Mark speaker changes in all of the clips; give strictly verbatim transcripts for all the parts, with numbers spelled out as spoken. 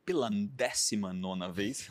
Speaker 1: pela décima nona vez.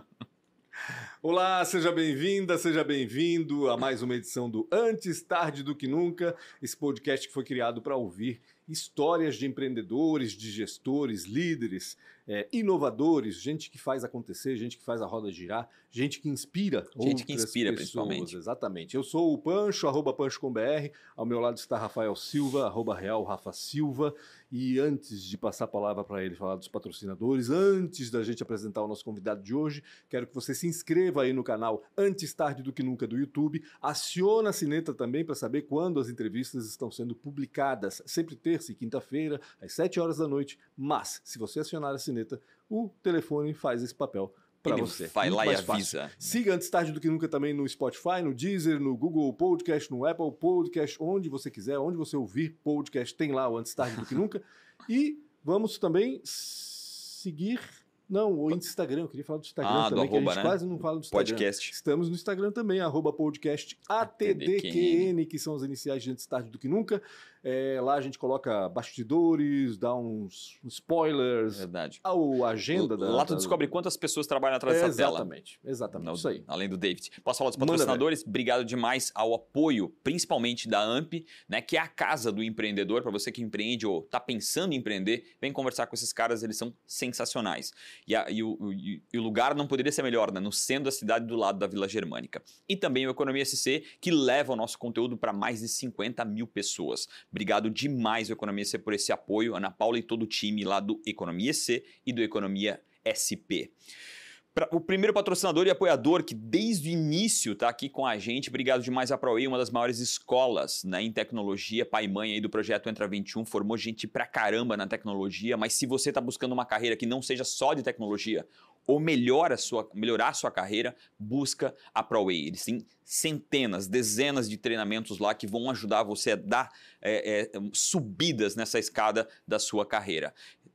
Speaker 2: Olá, seja bem-vinda, seja bem-vindo a mais uma edição do Antes Tarde do Que Nunca, esse podcast que foi criado para ouvir histórias de empreendedores, de gestores, líderes, é, inovadores, gente que faz acontecer, gente que faz a roda girar, gente que inspira
Speaker 1: Gente que inspira,
Speaker 2: pessoas.
Speaker 1: principalmente.
Speaker 2: Exatamente. Eu sou o Pancho, arroba Pancho com B R, ao meu lado está Rafael Silva, arroba Real Rafa Silva, e antes de passar a palavra para ele falar dos patrocinadores, antes da gente apresentar o nosso convidado de hoje, quero que você se inscreva aí no canal Antes Tarde do Que Nunca do YouTube, aciona a sineta também para saber quando as entrevistas estão sendo publicadas, sempre terça e quinta-feira, às sete horas da noite, mas se você acionar a sineta, o telefone faz esse papel para você.
Speaker 1: Vai
Speaker 2: Muito
Speaker 1: lá e
Speaker 2: mais
Speaker 1: avisa.
Speaker 2: fácil. Siga Antes Tarde do Que Nunca também no Spotify, no Deezer, no Google Podcast, no Apple Podcast, onde você quiser, onde você ouvir podcast, tem lá o Antes Tarde do Que Nunca. E vamos também seguir... Não, o Instagram, eu queria falar do Instagram
Speaker 1: ah,
Speaker 2: também,
Speaker 1: do
Speaker 2: que
Speaker 1: arroba,
Speaker 2: a gente
Speaker 1: né?
Speaker 2: quase não fala do Instagram.
Speaker 1: Podcast.
Speaker 2: Estamos no Instagram também, arroba podcast A T D Q N, que são as iniciais de Antes Tarde do Que Nunca. É, lá a gente coloca bastidores, dá uns spoilers.
Speaker 1: Verdade.
Speaker 2: A, a agenda da...
Speaker 1: Lá tu
Speaker 2: da...
Speaker 1: descobre quantas pessoas trabalham atrás
Speaker 2: é,
Speaker 1: dessa tela.
Speaker 2: Exatamente, exatamente,
Speaker 1: Não,
Speaker 2: isso aí.
Speaker 1: Além do David. Posso falar dos patrocinadores?
Speaker 2: Manda,
Speaker 1: Obrigado demais ao apoio, principalmente da A M P, né, que é a casa do empreendedor. Para você que empreende ou está pensando em empreender, vem conversar com esses caras, eles são sensacionais. E, a, e, o, e, e o lugar não poderia ser melhor, né? No centro da cidade, do lado da Vila Germânica. E também o Economia S C, que leva o nosso conteúdo para mais de cinquenta mil pessoas. Obrigado demais, o Economia S C, por esse apoio. Ana Paula e todo o time lá do Economia S C e do Economia S P. Pra, o primeiro patrocinador e apoiador que desde o início está aqui com a gente, obrigado demais a ProWay, uma das maiores escolas, né, em tecnologia, pai e mãe aí do projeto Entra vinte e um, formou gente pra caramba na tecnologia, mas se você está buscando uma carreira que não seja só de tecnologia, ou melhora a sua, melhorar a sua carreira, busca a ProWay. Eles têm centenas, dezenas de treinamentos lá que vão ajudar você a dar é, é, subidas nessa escada da sua carreira.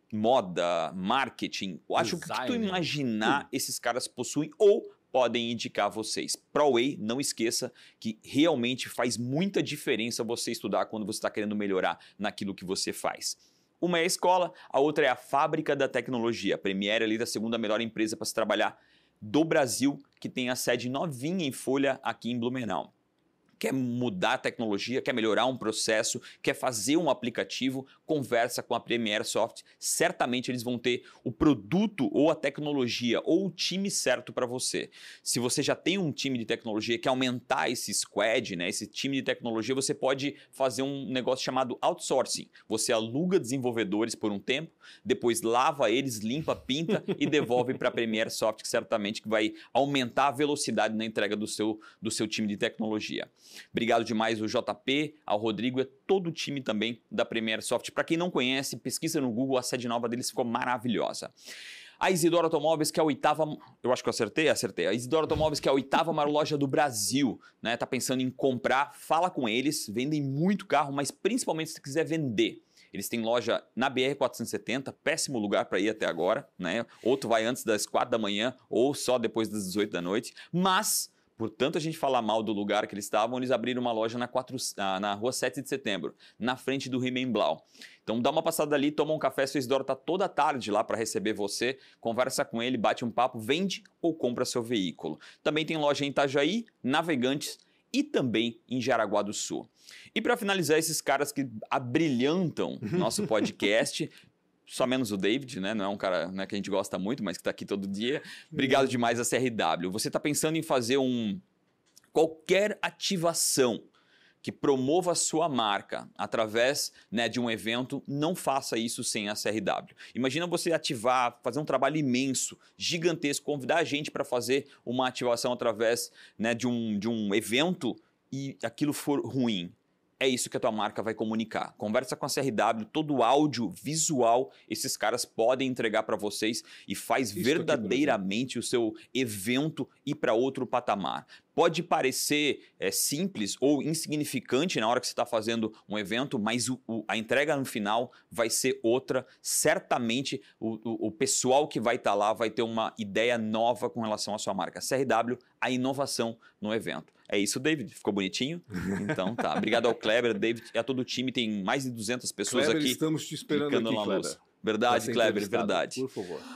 Speaker 1: Moda, marketing, eu acho que o que tu imaginar esses caras possuem ou podem indicar vocês. ProWay, não esqueça que realmente faz muita diferença você estudar quando você está querendo melhorar naquilo que você faz. Uma é a escola, a outra é a fábrica da tecnologia. A Premiere é ali da segunda melhor empresa para se trabalhar do Brasil, que tem a sede novinha em Folha aqui em Blumenau. Quer mudar a tecnologia, quer melhorar um processo, quer fazer um aplicativo, conversa com a Premiere Soft. Certamente eles vão ter o produto ou a tecnologia ou o time certo para você. Se você já tem um time de tecnologia e quer aumentar esse squad, né, esse time de tecnologia, você pode fazer um negócio chamado outsourcing. Você aluga desenvolvedores por um tempo, depois lava eles, limpa, pinta e devolve para a Premiere Soft, que certamente vai aumentar a velocidade na entrega do seu, do seu time de tecnologia. Obrigado demais ao J P, ao Rodrigo e a todo o time também da Premiere Soft. Para quem não conhece, pesquisa no Google, a sede nova deles ficou maravilhosa. A Isidoro Automóveis, que é a oitava... Eu acho que eu acertei? Acertei. A Isidoro Automóveis, que é a oitava maior loja do Brasil, né? Tá pensando em comprar, fala com eles, vendem muito carro, mas principalmente se quiser vender. Eles têm loja na B R quatrocentos e setenta, péssimo lugar para ir até agora, né? Ou tu vai antes das quatro da manhã, ou só depois das dezoito da noite, mas... Por tanto a gente falar mal do lugar que eles estavam, eles abriram uma loja na, quatro, na rua sete de setembro, na frente do Riemann Blau. Então dá uma passada ali, toma um café, seu Isidoro está toda tarde lá para receber você, conversa com ele, bate um papo, vende ou compra seu veículo. Também tem loja em Itajaí, Navegantes e também em Jaraguá do Sul. E para finalizar, esses caras que abrilhantam nosso podcast... Só menos o David, né? Não é um cara, né, que a gente gosta muito, mas que está aqui todo dia. Obrigado demais a C R W. Você está pensando em fazer um qualquer ativação que promova a sua marca através, né, de um evento, não faça isso sem a C R W. Imagina você ativar, fazer um trabalho imenso, gigantesco, convidar a gente para fazer uma ativação através, né, de, um, de um evento e aquilo for ruim. É isso que a tua marca vai comunicar. Conversa com a C R W, todo o áudio, visual, esses caras podem entregar para vocês e faz isso verdadeiramente o seu evento ir para outro patamar. Pode parecer é, simples ou insignificante na hora que você está fazendo um evento, mas o, o, a entrega no final vai ser outra. Certamente o, o, o pessoal que vai estar tá lá vai ter uma ideia nova com relação à sua marca. C R W, a inovação no evento. É isso, David. Ficou bonitinho? Então tá. Obrigado ao Kleber, David e a todo o time. Tem mais de duzentas pessoas
Speaker 2: Kleber,
Speaker 1: aqui.
Speaker 2: Estamos te esperando aqui,
Speaker 1: na
Speaker 2: Kleber.
Speaker 1: luz. Verdade, Kleber, verdade.
Speaker 2: Por favor.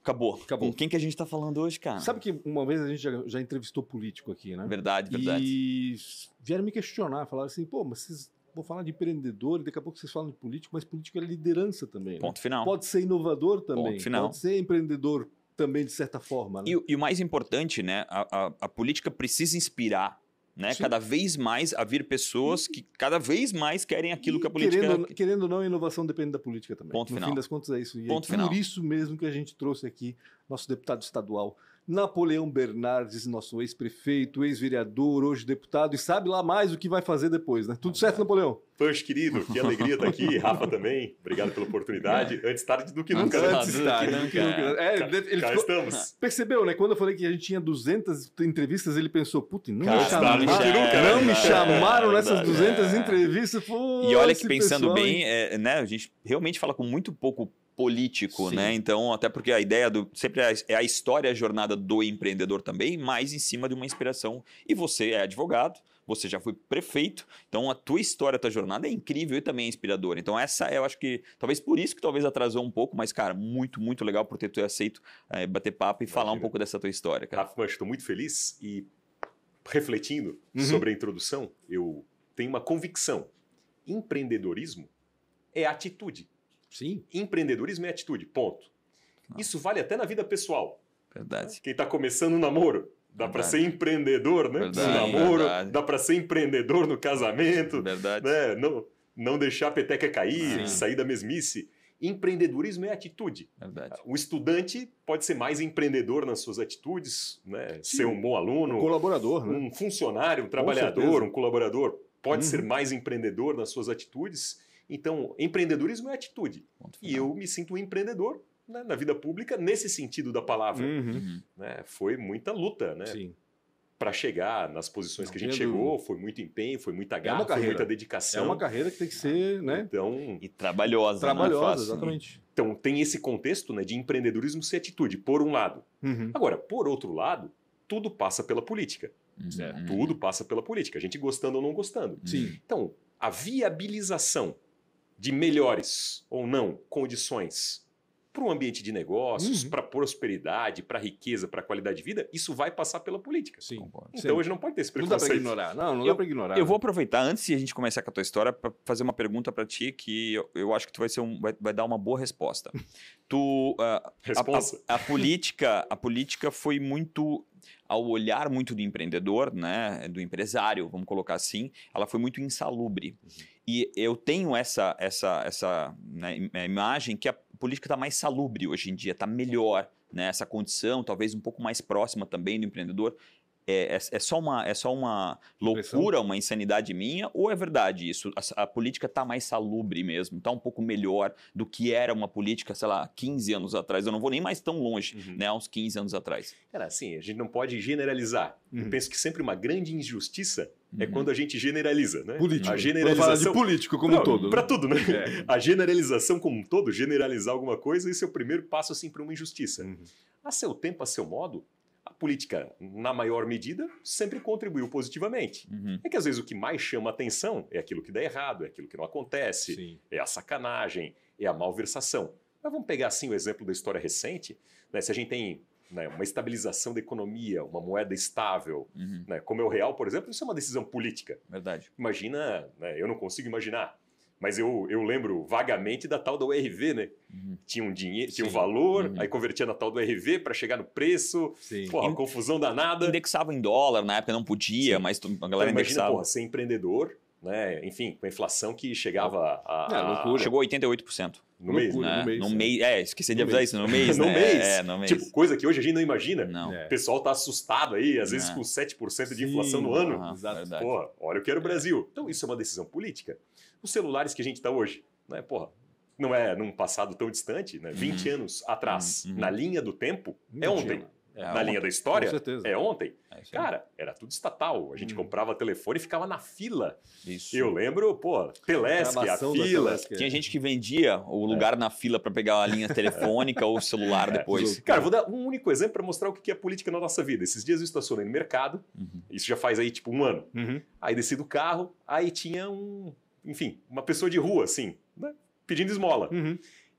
Speaker 1: Acabou.
Speaker 2: Acabou.
Speaker 1: Com quem que a gente tá falando hoje, cara?
Speaker 2: Sabe que uma vez a gente já, já entrevistou político aqui, né?
Speaker 1: Verdade, verdade.
Speaker 2: E vieram me questionar, falaram assim, pô, mas vocês vão falar de empreendedor e daqui a pouco vocês falam de político, mas político é liderança também, né?
Speaker 1: Ponto final.
Speaker 2: Pode ser inovador também,
Speaker 1: Ponto final.
Speaker 2: pode ser empreendedor também, de certa forma, né?
Speaker 1: E, e o mais importante, né? A, a, a política precisa inspirar, né?
Speaker 2: Sim.
Speaker 1: Cada vez mais a vir pessoas que cada vez mais querem aquilo
Speaker 2: E
Speaker 1: que a política...
Speaker 2: Querendo, querendo ou não, a inovação depende da política também.
Speaker 1: Ponto
Speaker 2: no
Speaker 1: final.
Speaker 2: fim das contas é isso. E
Speaker 1: Ponto
Speaker 2: é
Speaker 1: final.
Speaker 2: por isso mesmo que a gente trouxe aqui nosso deputado estadual, Napoleão Bernardes, nosso ex-prefeito, ex-vereador, hoje deputado, e sabe lá mais o que vai fazer depois, né? Tudo certo, Napoleão?
Speaker 3: Pancho, querido, que alegria estar aqui. Rafa também, obrigado pela oportunidade. Antes tarde do que nunca, né?
Speaker 2: Antes tarde do que nunca. É,
Speaker 3: Cá,
Speaker 2: ele
Speaker 3: cá
Speaker 2: ficou-
Speaker 3: estamos.
Speaker 2: Percebeu, né? Quando eu falei que a gente tinha duzentas entrevistas, ele pensou, puta, não,
Speaker 1: Cara,
Speaker 2: me chamaram,
Speaker 3: tarde do que nunca,
Speaker 2: não
Speaker 3: né?
Speaker 2: me
Speaker 1: É,
Speaker 2: chamaram nessas
Speaker 1: verdade,
Speaker 2: duzentas
Speaker 1: é.
Speaker 2: entrevistas. Pô,
Speaker 1: E olha que
Speaker 2: esse
Speaker 1: pensando
Speaker 2: pessoal,
Speaker 1: bem,
Speaker 2: hein?
Speaker 1: é, né, a gente realmente fala com muito pouco político,
Speaker 2: Sim.
Speaker 1: né? Então, até porque a ideia do sempre é a- é a história, a jornada do empreendedor também, mas em cima de uma inspiração. E você é advogado, você já foi prefeito, então a tua história, a tua jornada é incrível e também é inspiradora. Então, essa eu acho que talvez por isso que talvez atrasou um pouco, mas cara, muito, muito legal por ter tu aceito é, bater papo e falar um
Speaker 3: Imagina.
Speaker 1: pouco dessa tua história, cara.
Speaker 3: Rafa, Pancho, estou muito feliz e refletindo
Speaker 2: Uhum.
Speaker 3: sobre a introdução, eu tenho uma convicção. Empreendedorismo é atitude.
Speaker 2: Sim.
Speaker 3: Empreendedorismo é atitude, ponto. Isso vale até na vida pessoal.
Speaker 1: Verdade.
Speaker 3: Quem está começando um namoro, dá para
Speaker 1: Verdade.
Speaker 3: ser empreendedor, né?
Speaker 1: Verdade,
Speaker 3: no namoro,
Speaker 1: verdade.
Speaker 3: dá para ser empreendedor no casamento,
Speaker 1: Verdade.
Speaker 3: né? Não, não deixar a peteca cair,
Speaker 1: Sim.
Speaker 3: sair da mesmice. Empreendedorismo é atitude.
Speaker 1: Verdade.
Speaker 3: O estudante pode ser mais empreendedor nas suas atitudes, né? Ser um bom aluno,
Speaker 2: Colaborador, né?
Speaker 3: um funcionário, um trabalhador,
Speaker 2: certeza.
Speaker 3: um colaborador, pode
Speaker 2: Uhum.
Speaker 3: ser mais empreendedor nas suas atitudes. Então, empreendedorismo é atitude.
Speaker 1: Ponto
Speaker 3: E
Speaker 1: final.
Speaker 3: eu me sinto um empreendedor, né, na vida pública nesse sentido da palavra.
Speaker 2: Uhum.
Speaker 1: Uhum.
Speaker 3: Né? Foi muita luta, né?
Speaker 2: Sim.
Speaker 3: Para chegar nas posições
Speaker 2: Não
Speaker 3: que a gente
Speaker 2: tenha
Speaker 3: chegou, foi muito empenho, foi muita garra,
Speaker 2: uma
Speaker 3: foi
Speaker 2: carreira.
Speaker 3: muita
Speaker 2: É
Speaker 3: dedicação.
Speaker 2: uma carreira que tem que ser, né?
Speaker 3: Então,
Speaker 1: E trabalhosa,
Speaker 2: Trabalhosa,
Speaker 1: não é fácil.
Speaker 2: exatamente.
Speaker 3: então, tem esse contexto, né, de empreendedorismo ser atitude, por um lado.
Speaker 2: Uhum.
Speaker 3: Agora, por outro lado, tudo passa pela política.
Speaker 1: Uhum.
Speaker 2: Certo.
Speaker 3: Tudo passa pela política, a gente gostando ou não gostando.
Speaker 2: Sim.
Speaker 3: Então, a viabilização de melhores ou não condições para o ambiente de negócios,
Speaker 2: Uhum.
Speaker 3: para prosperidade, para riqueza, para qualidade de vida, isso vai passar pela política.
Speaker 2: Sim.
Speaker 1: Concordo.
Speaker 3: Então,
Speaker 2: Sempre.
Speaker 3: hoje não pode ter esse
Speaker 2: Não dá pra
Speaker 3: preconceito.
Speaker 2: ignorar. Não, não
Speaker 1: Eu-
Speaker 2: dá pra ignorar.
Speaker 1: Eu vou aproveitar, antes de a gente começar com a tua história, para fazer uma pergunta para ti que eu, eu acho que tu vai, ser um, vai, vai dar uma boa resposta. tu, ah, a,
Speaker 3: Responsa.
Speaker 1: a, a política, a política foi muito, ao olhar muito do empreendedor, né, do empresário, vamos colocar assim, ela foi muito insalubre. E eu tenho essa, essa, essa né, im- imagem que a política está mais salubre hoje em dia, está melhor, né, essa condição, talvez um pouco mais próxima também do empreendedor. É, é, é só uma, é só uma
Speaker 2: Impressão?
Speaker 1: loucura, uma insanidade minha, ou é verdade isso? A, a política está mais salubre mesmo, está um pouco melhor do que era uma política, sei lá, quinze anos atrás. Eu não vou nem mais tão longe,
Speaker 3: Uhum.
Speaker 1: né, há uns quinze anos atrás.
Speaker 3: Cara, assim, a gente não pode generalizar. Eu
Speaker 2: Uhum.
Speaker 3: penso que sempre uma grande injustiça é
Speaker 1: Uhum.
Speaker 3: quando a gente generaliza, né?
Speaker 2: Político.
Speaker 3: A
Speaker 2: Vamos falar de
Speaker 3: generalização...
Speaker 2: político como um todo.
Speaker 3: Para
Speaker 2: né?
Speaker 3: tudo, né?
Speaker 2: É.
Speaker 3: A generalização como um todo, generalizar alguma coisa, esse é o primeiro passo assim para uma injustiça.
Speaker 2: Uhum.
Speaker 3: A seu tempo, a seu modo, a política, na maior medida, sempre contribuiu positivamente.
Speaker 1: Uhum.
Speaker 3: É que às vezes o que mais chama atenção é aquilo que dá errado, é aquilo que não acontece,
Speaker 2: Sim.
Speaker 3: é a sacanagem, é a malversação. Mas vamos pegar assim o exemplo da história recente, né? Se a gente tem, né, uma estabilização da economia, uma moeda estável,
Speaker 1: Uhum.
Speaker 3: né, como é o real, por exemplo, isso é uma decisão política.
Speaker 1: Verdade.
Speaker 3: Imagina, né, eu não consigo imaginar, mas eu, eu lembro vagamente da tal da U R V, né?
Speaker 1: Uhum.
Speaker 3: Tinha um dinheiro, tinha um
Speaker 1: Sim.
Speaker 3: valor,
Speaker 1: Uhum.
Speaker 3: aí convertia na tal do R V para chegar no preço.
Speaker 2: Sim.
Speaker 3: Porra,
Speaker 1: In-
Speaker 3: confusão danada.
Speaker 1: Indexava em dólar, na época não podia,
Speaker 3: Sim.
Speaker 1: mas tu- a
Speaker 3: Então,
Speaker 1: galera
Speaker 3: imagina,
Speaker 1: indexava.
Speaker 3: porra, ser empreendedor, né? Enfim, com a inflação que chegava a,
Speaker 2: É,
Speaker 3: a-
Speaker 2: loucura.
Speaker 1: Chegou a oitenta e oito por cento.
Speaker 3: no mês,
Speaker 2: Loucura.
Speaker 3: né?
Speaker 1: Né?
Speaker 2: no mês,
Speaker 1: No
Speaker 2: é.
Speaker 1: mês, é, esqueci de
Speaker 2: No
Speaker 1: avisar
Speaker 2: mês.
Speaker 1: isso, no mês,
Speaker 3: no
Speaker 1: né?
Speaker 3: mês.
Speaker 1: É, no mês.
Speaker 3: Tipo, coisa que hoje a gente não imagina.
Speaker 1: Não.
Speaker 2: É.
Speaker 3: O pessoal tá assustado aí, às vezes
Speaker 1: É.
Speaker 3: com sete por cento de
Speaker 2: Sim,
Speaker 3: inflação no ano.
Speaker 1: Aham,
Speaker 2: Exato.
Speaker 1: verdade.
Speaker 3: Porra, olha o que era o Brasil. Então isso é uma decisão política. Os celulares que a gente está hoje, né? Porra, não é num passado tão distante, né? vinte anos atrás,
Speaker 1: Uhum.
Speaker 3: na linha do tempo, é
Speaker 2: Não
Speaker 3: ontem.
Speaker 2: tinha.
Speaker 1: É,
Speaker 3: na
Speaker 1: ontem.
Speaker 3: linha da história,
Speaker 2: Com certeza.
Speaker 3: é ontem.
Speaker 1: É isso aí.
Speaker 3: Cara, era tudo estatal. A gente
Speaker 2: Hum.
Speaker 3: comprava telefone e ficava na fila.
Speaker 1: Isso.
Speaker 3: Eu lembro, pô, Telesc, a
Speaker 2: Gravação da
Speaker 3: fila.
Speaker 2: Telesc, é.
Speaker 1: Tinha gente que vendia o lugar na fila para pegar a linha telefônica ou o celular
Speaker 3: É.
Speaker 1: depois.
Speaker 3: Cara, vou dar um único exemplo para mostrar o que é política na nossa vida. Esses dias eu estacionei no mercado,
Speaker 1: Uhum.
Speaker 3: isso já faz aí tipo um ano.
Speaker 2: Uhum.
Speaker 3: Aí desci do carro, aí tinha um, enfim, uma pessoa de rua, assim, né, pedindo esmola.
Speaker 2: Uhum.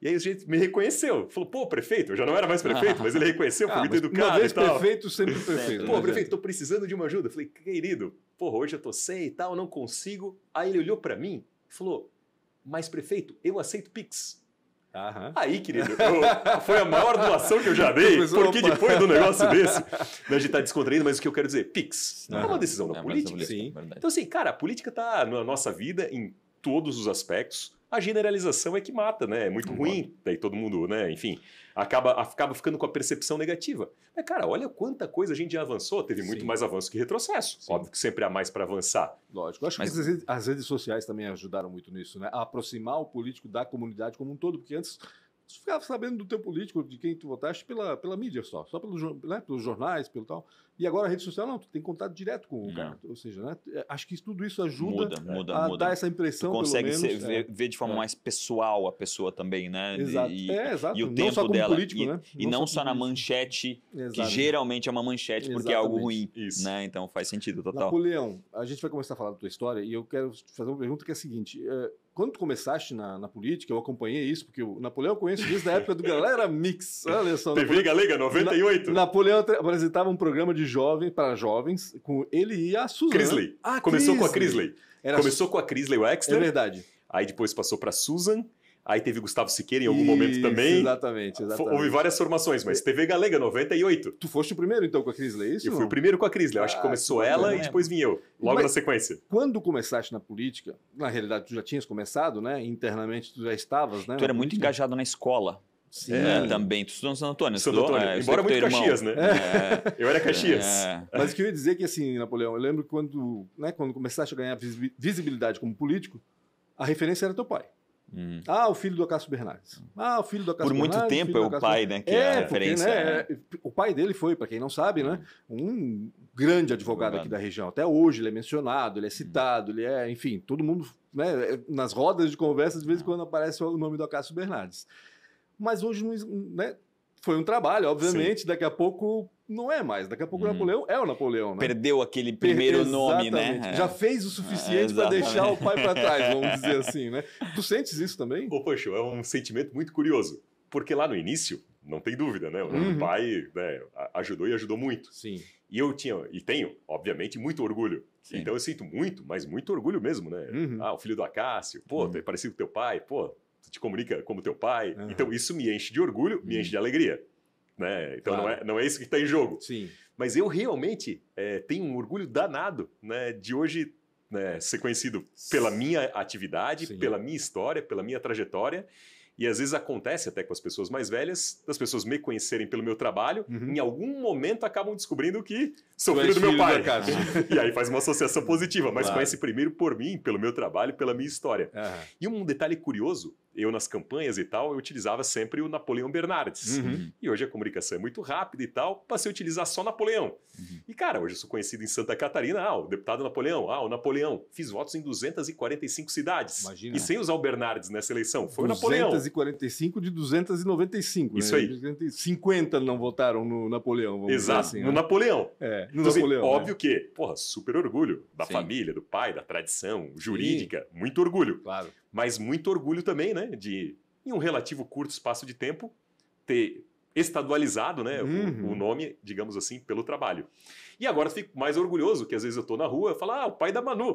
Speaker 3: E aí a gente me reconheceu. Falou, pô, prefeito, eu já não era mais prefeito, mas ele reconheceu, foi
Speaker 2: Ah,
Speaker 3: muito
Speaker 2: mas
Speaker 3: educado
Speaker 2: uma vez
Speaker 3: e tal.
Speaker 2: prefeito, sempre prefeito.
Speaker 3: Pô,
Speaker 2: né,
Speaker 3: prefeito,
Speaker 2: gente?
Speaker 3: tô precisando de uma ajuda. Eu falei, querido, porra, hoje eu tô sem e tal, não consigo. Aí ele olhou pra mim e falou, mas prefeito, eu aceito Pix.
Speaker 2: Aham.
Speaker 3: Aí, querido, eu- foi a maior doação que eu já dei,
Speaker 2: Pensou,
Speaker 3: porque
Speaker 2: opa.
Speaker 3: depois do negócio desse, né, a gente tá descontraído, mas o que eu quero dizer, Pix, é uma
Speaker 2: Aham.
Speaker 3: decisão da
Speaker 1: É, mas
Speaker 3: política.
Speaker 1: política,
Speaker 2: Sim.
Speaker 1: verdade.
Speaker 3: Então, assim, cara, a política tá na nossa vida em todos os aspectos. A generalização é que mata, né? É muito
Speaker 1: Concordo.
Speaker 3: ruim, daí todo mundo, né? Enfim, acaba, acaba ficando com a percepção negativa. Mas, cara, olha quanta coisa a gente já avançou. Teve muito
Speaker 2: Sim.
Speaker 3: mais avanço que retrocesso.
Speaker 2: Sim.
Speaker 3: Óbvio que sempre há mais para avançar.
Speaker 2: Lógico. Eu acho
Speaker 1: Mas-
Speaker 2: que as redes, as redes sociais também ajudaram muito nisso, né? A aproximar o político da comunidade como um todo, porque antes tu ficava sabendo do teu político, de quem tu votaste, pela, pela mídia só, só pelo, jor- né, pelos jornais, pelo tal. E agora a rede social, não, tu tem contato direto com o
Speaker 1: Não.
Speaker 2: cara. Ou seja, né? é, acho que tudo isso ajuda
Speaker 1: Muda, muda,
Speaker 2: a
Speaker 1: muda.
Speaker 2: dar essa
Speaker 1: Tu
Speaker 2: impressão,
Speaker 1: consegue
Speaker 2: pelo
Speaker 1: ser-
Speaker 2: menos.
Speaker 1: ver,
Speaker 2: é.
Speaker 1: ver de forma
Speaker 2: É.
Speaker 1: mais pessoal a pessoa também, né?
Speaker 2: Exato.
Speaker 1: E,
Speaker 2: é, exato.
Speaker 1: e o
Speaker 2: não
Speaker 1: tempo
Speaker 2: só como
Speaker 1: dela.
Speaker 2: político,
Speaker 1: e
Speaker 2: né?
Speaker 1: e não, só
Speaker 2: como
Speaker 1: na
Speaker 2: político.
Speaker 1: manchete, que
Speaker 2: Exato.
Speaker 1: geralmente é uma manchete porque é algo ruim.
Speaker 2: Exatamente.
Speaker 3: Isso.
Speaker 1: Né? Então faz sentido, total.
Speaker 2: Napoleão, a gente vai começar a falar da tua história e eu quero te fazer uma pergunta que é a seguinte. é, quando tu começaste na, na política, eu acompanhei isso, porque o Napoleão eu conheço desde a época do Galera Mix. Olha só.
Speaker 3: T V Galega, noventa e oito.
Speaker 2: Napoleão atra- apresentava um programa de jovem para jovens, com ele e a Suzana.
Speaker 3: Crisley.
Speaker 2: Ah,
Speaker 3: Começou com a Crisley.
Speaker 2: Era
Speaker 3: Começou com a Crisley
Speaker 2: É
Speaker 3: Wexler,
Speaker 2: verdade.
Speaker 3: aí depois passou para Susan, aí teve Gustavo Siqueira em algum momento
Speaker 2: Isso,
Speaker 3: também.
Speaker 2: Exatamente,
Speaker 3: Fo-
Speaker 2: exatamente.
Speaker 3: Houve várias formações, mas T V Galega, noventa e oito.
Speaker 2: Tu foste o primeiro, então, com a Crisley, é isso?
Speaker 3: Eu fui
Speaker 2: não?
Speaker 3: o primeiro com a Crisley. Eu acho que
Speaker 2: Ah,
Speaker 3: começou
Speaker 2: que
Speaker 3: ela
Speaker 2: bacana.
Speaker 3: e depois vim eu, logo
Speaker 2: Mas-
Speaker 3: na sequência.
Speaker 2: Quando começaste na política, na realidade tu já tinhas começado, né? Internamente tu já estavas, né?
Speaker 1: Tu
Speaker 2: na
Speaker 1: era muito
Speaker 2: política.
Speaker 1: engajado na escola.
Speaker 2: Sim.
Speaker 1: É, também. Tu estudou no Santo Antônio?
Speaker 3: Santo
Speaker 1: estudou?
Speaker 3: Antônio.
Speaker 1: É, eu
Speaker 3: Embora
Speaker 1: sei que
Speaker 3: muito
Speaker 1: teu irmão-
Speaker 3: Caxias, né?
Speaker 1: É,
Speaker 3: Eu era Caxias.
Speaker 1: é.
Speaker 2: Mas o que eu ia dizer é que, assim, Napoleão, eu lembro que quando, né, quando começaste a ganhar visi- visibilidade como político, a referência era teu pai.
Speaker 1: Hum.
Speaker 2: Ah, o filho do Acácio Bernardes. Ah, o filho do Acácio
Speaker 1: Por muito
Speaker 2: Bernardes.
Speaker 1: tempo
Speaker 2: filho
Speaker 1: é
Speaker 2: do
Speaker 1: o
Speaker 2: Acácio
Speaker 1: pai, né? Que é,
Speaker 2: É,
Speaker 1: a
Speaker 2: porque,
Speaker 1: referência.
Speaker 2: né,
Speaker 1: é.
Speaker 2: é, o pai dele foi, para quem não sabe, né, um grande advogado aqui da região. Até hoje ele é mencionado, ele é citado, ele é, enfim, todo mundo, né, nas rodas de conversa, de vez em quando aparece o nome do Acácio Bernardes. Mas hoje, não, né, foi um trabalho, obviamente, daqui a pouco não é mais. Daqui a pouco o
Speaker 1: Hum.
Speaker 2: Napoleão é o Napoleão, né?
Speaker 1: Perdeu aquele primeiro nome, né?
Speaker 2: Exatamente.
Speaker 1: É.
Speaker 2: Já fez o suficiente
Speaker 1: É,
Speaker 2: para
Speaker 1: exatamente.
Speaker 2: deixar o pai para trás, vamos dizer assim, né? Tu sentes isso também?
Speaker 3: Ô, poxa, é um sentimento muito curioso. Porque lá no início, não tem dúvida, né? O
Speaker 2: Uhum.
Speaker 3: pai, né, a- ajudou e ajudou muito.
Speaker 2: Sim.
Speaker 3: E eu tinha, e tenho, obviamente, muito orgulho.
Speaker 1: Sim.
Speaker 3: Então eu sinto muito, mas muito orgulho mesmo, né?
Speaker 2: Uhum.
Speaker 3: Ah, o filho do Acácio, pô,
Speaker 1: Uhum.
Speaker 3: tu é parecido com teu pai, pô, tu te comunica como teu pai.
Speaker 2: Uhum.
Speaker 3: Então isso me enche de orgulho, me
Speaker 1: Uhum.
Speaker 3: enche de alegria. Né? Então
Speaker 2: Claro.
Speaker 3: não, é, não é isso que está em jogo.
Speaker 2: Sim.
Speaker 3: Mas eu realmente é, tenho um orgulho danado, né, de hoje, né, ser conhecido pela minha atividade,
Speaker 2: Sim.
Speaker 3: pela minha história, pela minha trajetória. E às vezes acontece até com as pessoas mais velhas, das pessoas me conhecerem pelo meu trabalho,
Speaker 2: Uhum.
Speaker 3: em algum momento acabam descobrindo que sou
Speaker 2: Tu
Speaker 3: filho
Speaker 2: és
Speaker 3: do meu
Speaker 2: filho do
Speaker 3: pai.
Speaker 2: Acácio.
Speaker 3: E aí faz uma associação positiva, mas
Speaker 2: Claro.
Speaker 3: conhece primeiro por mim, pelo meu trabalho, pela minha história.
Speaker 2: Aham.
Speaker 3: E um detalhe curioso, eu nas campanhas e tal, eu utilizava sempre o Napoleão Bernardes.
Speaker 2: Uhum.
Speaker 3: E hoje a comunicação é muito rápida e tal, passei a utilizar só Napoleão.
Speaker 1: Uhum.
Speaker 3: E cara, hoje eu sou conhecido em Santa Catarina, ah, o deputado Napoleão, ah, o Napoleão. Fiz votos em duzentas e quarenta e cinco cidades.
Speaker 2: Imagina.
Speaker 3: E sem usar o Bernardes nessa eleição, foi o Napoleão.
Speaker 2: duzentos e quarenta e cinco de duzentos e noventa e cinco.
Speaker 3: Isso
Speaker 2: né?
Speaker 3: aí.
Speaker 2: cinquenta não votaram no Napoleão, vamos
Speaker 3: Exato,
Speaker 2: dizer assim.
Speaker 3: no
Speaker 2: né?
Speaker 3: Napoleão.
Speaker 2: É, no
Speaker 3: Então, assim,
Speaker 2: Napoleão.
Speaker 3: óbvio
Speaker 2: né?
Speaker 3: que, porra, super orgulho da
Speaker 1: Sim.
Speaker 3: família, do pai, da tradição jurídica, muito orgulho.
Speaker 2: Claro.
Speaker 3: Mas muito orgulho também, né, de, em um relativo curto espaço de tempo, ter estadualizado, né, o-
Speaker 2: Uhum.
Speaker 3: o, nome, digamos assim, pelo trabalho. E agora fico mais orgulhoso, que às vezes eu tô na rua e falo, ah, o pai da Manu.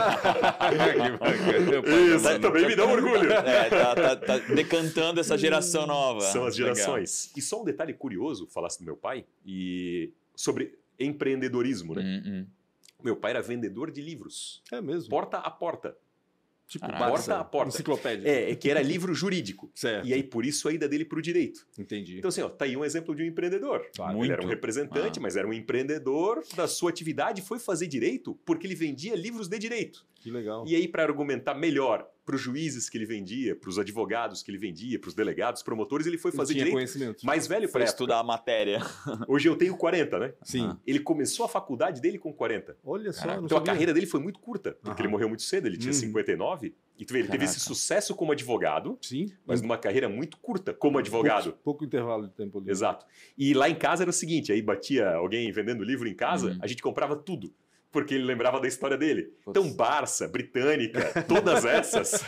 Speaker 2: Que bacana, pai.
Speaker 3: Isso,
Speaker 1: Manu.
Speaker 3: também me dá orgulho.
Speaker 1: É, tá, tá- tá decantando essa geração nova.
Speaker 3: São as
Speaker 1: Legal.
Speaker 3: gerações. E só um detalhe curioso, falasse do meu pai, e sobre empreendedorismo, né?
Speaker 1: Hum, hum.
Speaker 3: Meu pai era vendedor de livros,
Speaker 2: É mesmo.
Speaker 3: porta a porta.
Speaker 2: Tipo,
Speaker 1: Caraca.
Speaker 2: Barça,
Speaker 3: Porta a porta.
Speaker 2: Enciclopédia.
Speaker 3: É, é que era livro jurídico.
Speaker 2: Certo.
Speaker 3: E aí, por isso, a ida dele para o direito.
Speaker 2: Entendi.
Speaker 3: Então, assim, ó, tá aí um exemplo de um empreendedor.
Speaker 2: Claro.
Speaker 3: Ele era um
Speaker 1: Muito.
Speaker 3: representante,
Speaker 1: Ah.
Speaker 3: mas era um empreendedor da sua atividade, foi fazer direito porque ele vendia livros de direito.
Speaker 2: Que legal.
Speaker 3: E aí, para argumentar melhor para os juízes que ele vendia, para os advogados que ele vendia, para os delegados, promotores, ele foi
Speaker 2: Ele
Speaker 3: fazer
Speaker 2: tinha
Speaker 3: direito.
Speaker 2: conhecimento.
Speaker 3: Mais velho
Speaker 1: Foi
Speaker 3: para
Speaker 1: estudar a matéria.
Speaker 3: Hoje eu tenho quarenta, né?
Speaker 2: Sim.
Speaker 1: Ah.
Speaker 3: Ele começou a faculdade dele com quarenta.
Speaker 2: Olha só.
Speaker 1: Caraca,
Speaker 2: não
Speaker 3: Então a
Speaker 2: sabia.
Speaker 3: carreira dele foi muito curta, porque
Speaker 2: Aham.
Speaker 3: ele morreu muito cedo, ele tinha
Speaker 2: Uhum.
Speaker 3: cinquenta e nove. E tu vê, ele teve
Speaker 1: Caraca.
Speaker 3: esse sucesso como advogado,
Speaker 2: Sim.
Speaker 3: mas numa carreira muito curta como advogado.
Speaker 2: Pouco, pouco intervalo de tempo ali.
Speaker 3: Exato. E lá em casa era o seguinte, aí batia alguém vendendo livro em casa,
Speaker 1: Uhum.
Speaker 3: a gente comprava tudo. Porque ele lembrava da história dele.
Speaker 1: Putz.
Speaker 3: Então, Barça, Britânica, todas essas.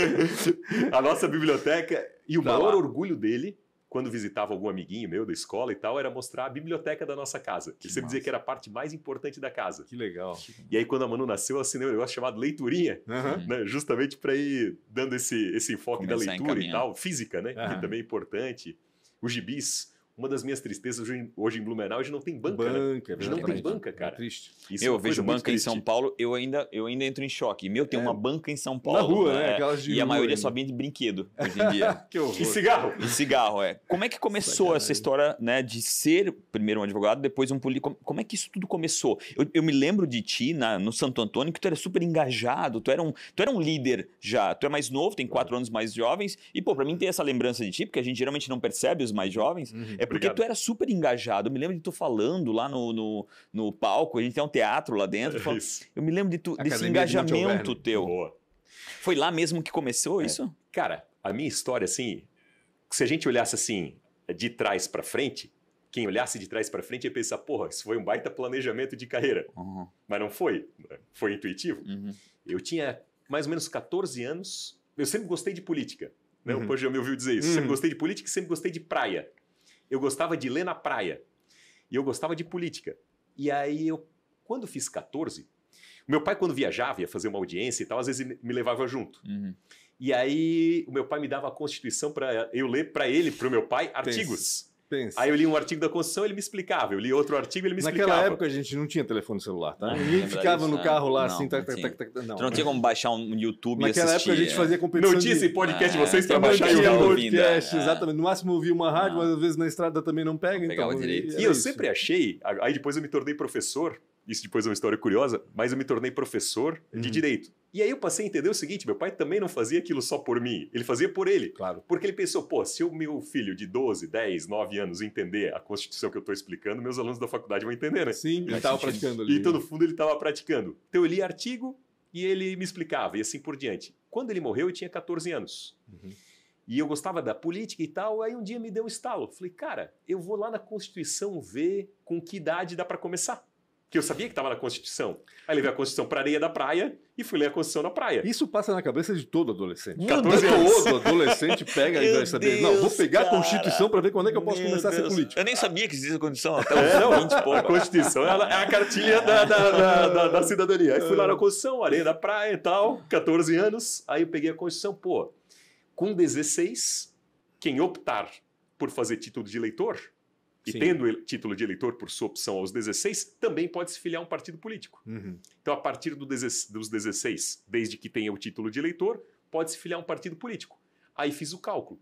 Speaker 3: A nossa biblioteca. E o
Speaker 2: Tá
Speaker 3: maior
Speaker 2: lá.
Speaker 3: orgulho dele, quando visitava algum amiguinho meu da escola e tal, era mostrar a biblioteca da nossa casa.
Speaker 1: Que
Speaker 3: Ele sempre dizia
Speaker 1: massa.
Speaker 3: que era a parte mais importante da casa.
Speaker 2: Que legal.
Speaker 3: E aí, quando a Manu nasceu, eu assinei um negócio chamado Leiturinha,
Speaker 2: Aham.
Speaker 3: né? Justamente para ir dando esse, esse enfoque
Speaker 1: Começar a
Speaker 3: da leitura e
Speaker 1: encaminhar.
Speaker 3: tal. Física, né?
Speaker 2: Aham.
Speaker 3: Que também é importante. Os gibis. Uma das minhas tristezas hoje, hoje em Blumenau, a gente não tem banca, né?
Speaker 2: Banca,
Speaker 3: A gente não tem
Speaker 2: exatamente.
Speaker 3: banca, cara.
Speaker 2: É triste.
Speaker 3: Isso é
Speaker 1: Eu
Speaker 3: uma
Speaker 1: vejo
Speaker 3: coisa muito
Speaker 1: banca em
Speaker 3: triste.
Speaker 1: São Paulo, eu ainda, eu ainda entro em choque. Meu, tem
Speaker 2: É.
Speaker 1: uma banca em São Paulo.
Speaker 2: Na rua, né?
Speaker 1: É.
Speaker 2: Aquelas de
Speaker 1: E a
Speaker 2: rua
Speaker 1: maioria
Speaker 2: ainda.
Speaker 1: só vende brinquedo hoje em dia.
Speaker 2: Que horror.
Speaker 3: E cigarro?
Speaker 1: E cigarro, é. Como é que começou
Speaker 2: Sacanagem.
Speaker 1: essa história, né, de ser primeiro um advogado, depois um político? Como é que isso tudo começou? Eu, eu me lembro de ti na, no Santo Antônio, que tu era super engajado, tu era, um, tu era um líder já. Tu é mais novo, tem quatro anos mais jovens. E, pô, pra mim ter essa lembrança de ti, porque a gente geralmente não percebe os mais jovens,
Speaker 2: Uhum.
Speaker 1: é porque
Speaker 3: Obrigado.
Speaker 1: tu era super engajado. Eu me lembro de tu falando lá no, no, no palco, a gente tem um teatro lá dentro. fala-
Speaker 3: Isso.
Speaker 1: Eu me lembro de tu, desse
Speaker 2: Academia de Monte
Speaker 1: engajamento
Speaker 2: Alverne.
Speaker 1: teu.
Speaker 3: Boa.
Speaker 1: Foi lá mesmo que começou
Speaker 3: É.
Speaker 1: isso?
Speaker 3: Cara, a minha história, assim, se a gente olhasse assim, de trás pra frente, quem olhasse de trás pra frente ia pensar, porra, isso foi um baita planejamento de carreira.
Speaker 1: Uhum,
Speaker 3: Mas não foi. Foi intuitivo.
Speaker 1: uhum.
Speaker 3: Eu tinha mais ou menos catorze anos. Eu sempre gostei de política. Né?
Speaker 2: Uhum.
Speaker 3: O Pô já me ouviu dizer isso.
Speaker 2: Uhum.
Speaker 3: Sempre gostei de política e sempre gostei de praia. Eu gostava de ler na praia. E eu gostava de política. E aí, eu, quando fiz catorze, meu pai, quando viajava, ia fazer uma audiência e tal, às vezes ele me levava junto.
Speaker 1: Uhum.
Speaker 3: E aí, o meu pai me dava a Constituição para eu ler para ele, para o meu pai, artigos.
Speaker 2: Pensa.
Speaker 3: Aí eu li um artigo da Constituição, ele me explicava. Eu li outro artigo, ele me
Speaker 2: Naquela
Speaker 3: explicava.
Speaker 2: época a gente não tinha telefone celular, tá?
Speaker 1: Não,
Speaker 2: Ninguém
Speaker 1: lembra
Speaker 2: ficava
Speaker 1: disso,
Speaker 2: no
Speaker 1: né?
Speaker 2: carro lá
Speaker 1: Não,
Speaker 2: assim, tac,
Speaker 1: não
Speaker 2: tac,
Speaker 1: tinha.
Speaker 2: tac, tac, tac, não.
Speaker 1: Tu não tinha como baixar um YouTube e
Speaker 2: Naquela
Speaker 1: assistir.
Speaker 2: época a gente
Speaker 1: é.
Speaker 2: fazia competição
Speaker 3: Não tinha
Speaker 2: de...
Speaker 3: esse podcast
Speaker 1: É,
Speaker 3: de vocês
Speaker 1: tem
Speaker 3: para
Speaker 1: um
Speaker 3: baixar
Speaker 1: monte de
Speaker 3: e
Speaker 1: gente
Speaker 3: ouvir.
Speaker 1: ouvindo,
Speaker 2: podcast,
Speaker 1: é.
Speaker 2: exatamente. No máximo eu ouvia uma rádio,
Speaker 1: Não.
Speaker 2: mas às vezes na estrada também não pega,
Speaker 1: Não pegava
Speaker 2: então...
Speaker 1: direito.
Speaker 2: era
Speaker 3: E eu
Speaker 2: isso.
Speaker 3: sempre achei, aí depois eu me tornei professor, isso depois é uma história curiosa, mas eu me tornei professor de
Speaker 2: Uhum.
Speaker 3: direito. E aí eu passei a entender o seguinte, meu pai também não fazia aquilo só por mim, ele fazia por ele.
Speaker 2: Claro.
Speaker 3: Porque ele pensou, pô, se o meu filho de doze, dez, nove anos entender a Constituição que eu estou explicando, meus alunos da faculdade vão entender, né?
Speaker 2: Sim, ele
Speaker 1: Faz
Speaker 2: estava
Speaker 1: sentido.
Speaker 2: praticando ali.
Speaker 3: Então, no fundo, ele estava praticando. Então, eu li artigo e ele me explicava, e assim por diante. Quando ele morreu, eu tinha catorze anos.
Speaker 2: Uhum.
Speaker 3: E eu gostava da política e tal, aí um dia me deu um estalo. Falei, cara, eu vou lá na Constituição ver com que idade dá para começar. Porque eu sabia que estava na Constituição. Aí levei a Constituição para areia da praia e fui ler a Constituição na praia.
Speaker 2: Isso passa na cabeça de todo adolescente.
Speaker 3: catorze anos.
Speaker 2: Todo adolescente pega e
Speaker 1: Meu
Speaker 2: vai saber.
Speaker 1: Deus,
Speaker 2: Não, vou pegar
Speaker 1: cara.
Speaker 2: a Constituição para ver quando é que eu posso
Speaker 1: Meu
Speaker 2: começar a ser
Speaker 1: Deus.
Speaker 2: político.
Speaker 1: Eu nem sabia que existia condição até
Speaker 3: É,
Speaker 1: os
Speaker 3: não,
Speaker 1: vinte e pouco.
Speaker 3: a Constituição ela é a cartilha da, da, da, da, da cidadania. Aí fui lá na Constituição, areia da praia e tal, catorze anos. Aí eu peguei a Constituição, pô, com dezesseis, quem optar por fazer título de eleitor, e
Speaker 2: Sim.
Speaker 3: tendo ele- título de eleitor por sua opção aos dezesseis, também pode se filiar a um partido político.
Speaker 2: Uhum.
Speaker 3: Então, a partir do deze- dos dezesseis, desde que tenha o título de eleitor, pode se filiar a um partido político. Aí fiz o cálculo.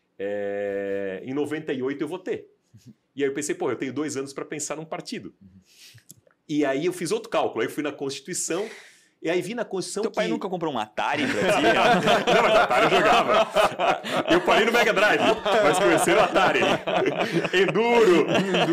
Speaker 3: É, Em noventa e oito eu votei. E aí eu pensei, pô, eu tenho dois anos para pensar num partido. E aí eu fiz outro cálculo. Aí eu fui na Constituição, e aí vi na Constituição
Speaker 1: Teu pai
Speaker 3: que...
Speaker 1: nunca comprou um Atari pra ti?
Speaker 3: Não, mas Atari eu jogava. Eu parei no Mega Drive, mas comecei no Atari. Enduro,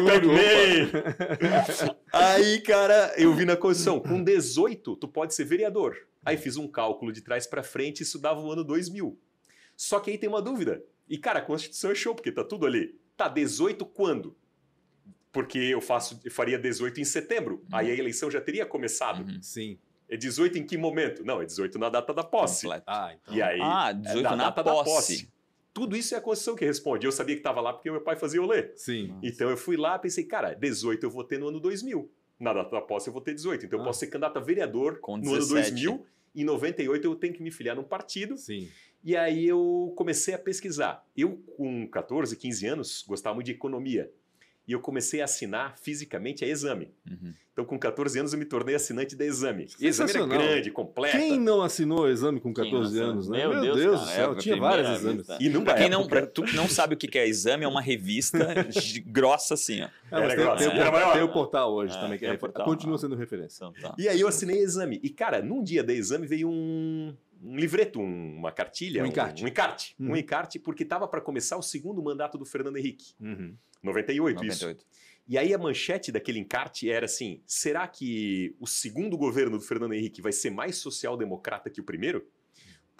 Speaker 3: Pac-Man. Aí, cara, eu vi na Constituição, com dezoito, tu pode ser vereador. Aí fiz um cálculo de trás pra frente, isso dava o ano dois mil. Só que aí tem uma dúvida. E, cara, a Constituição é show, porque tá tudo ali. Tá, dezoito quando? Porque eu faço, eu faria dezoito em setembro. Aí a eleição já teria começado.
Speaker 1: Uhum.
Speaker 2: Sim.
Speaker 3: É dezoito em que momento? Não, é dezoito na data da posse.
Speaker 1: Completo.
Speaker 2: Ah, então.
Speaker 3: E aí,
Speaker 1: Ah,
Speaker 3: é
Speaker 1: dezoito
Speaker 3: da
Speaker 1: na
Speaker 3: data da
Speaker 1: posse.
Speaker 3: Tudo isso é a Constituição que responde. Eu sabia que estava lá porque meu pai fazia eu ler.
Speaker 2: Sim.
Speaker 3: Então eu fui lá e pensei, cara, dezoito eu vou ter no ano dois mil. Na data da posse eu vou ter dezoito. Então eu
Speaker 2: Ah.
Speaker 3: posso ser candidato a vereador
Speaker 1: Com
Speaker 3: no ano
Speaker 1: dezessete.
Speaker 3: dois mil. Em noventa e oito eu tenho que me filiar num partido.
Speaker 2: Sim.
Speaker 3: E aí eu comecei a pesquisar. Eu, com catorze, quinze anos, gostava muito de economia. E eu comecei a assinar fisicamente a Exame.
Speaker 1: Uhum.
Speaker 3: Então, com catorze anos, eu me tornei assinante da Exame. E a Exame era
Speaker 2: Sensacional.
Speaker 3: grande, completa.
Speaker 2: Quem não assinou o exame com
Speaker 1: Quem
Speaker 2: catorze
Speaker 1: não
Speaker 2: anos, né?
Speaker 1: Meu
Speaker 2: Meu
Speaker 1: Deus,
Speaker 2: Deus,
Speaker 1: cara,
Speaker 2: do
Speaker 1: é
Speaker 2: céu,
Speaker 1: a
Speaker 2: tinha
Speaker 1: primeira
Speaker 2: vários exames.
Speaker 1: vista.
Speaker 3: E numa
Speaker 1: Pra quem não,
Speaker 3: época-
Speaker 1: pra tu que não sabe o que que é exame, é uma revista de- grossa assim, ó.
Speaker 2: Ah, mas
Speaker 3: Era
Speaker 2: tem,
Speaker 3: grossa,
Speaker 2: tem o,
Speaker 3: era maior.
Speaker 2: tem o portal hoje
Speaker 1: É,
Speaker 2: também, que
Speaker 1: tem
Speaker 2: é,
Speaker 1: o portal.
Speaker 2: continua sendo referência.
Speaker 1: Então, tá.
Speaker 3: E aí eu assinei Exame. E, cara, num dia da Exame veio um, um livreto, um- uma cartilha.
Speaker 2: Um encarte.
Speaker 3: Um, encarte.
Speaker 2: Uhum.
Speaker 3: Um encarte, porque estava para começar o segundo mandato do Fernando Henrique.
Speaker 2: Uhum.
Speaker 3: noventa e oito,
Speaker 1: noventa
Speaker 3: isso.
Speaker 1: e oito.
Speaker 3: E aí a manchete daquele encarte era assim, será que o segundo governo do Fernando Henrique vai ser mais social-democrata que o primeiro?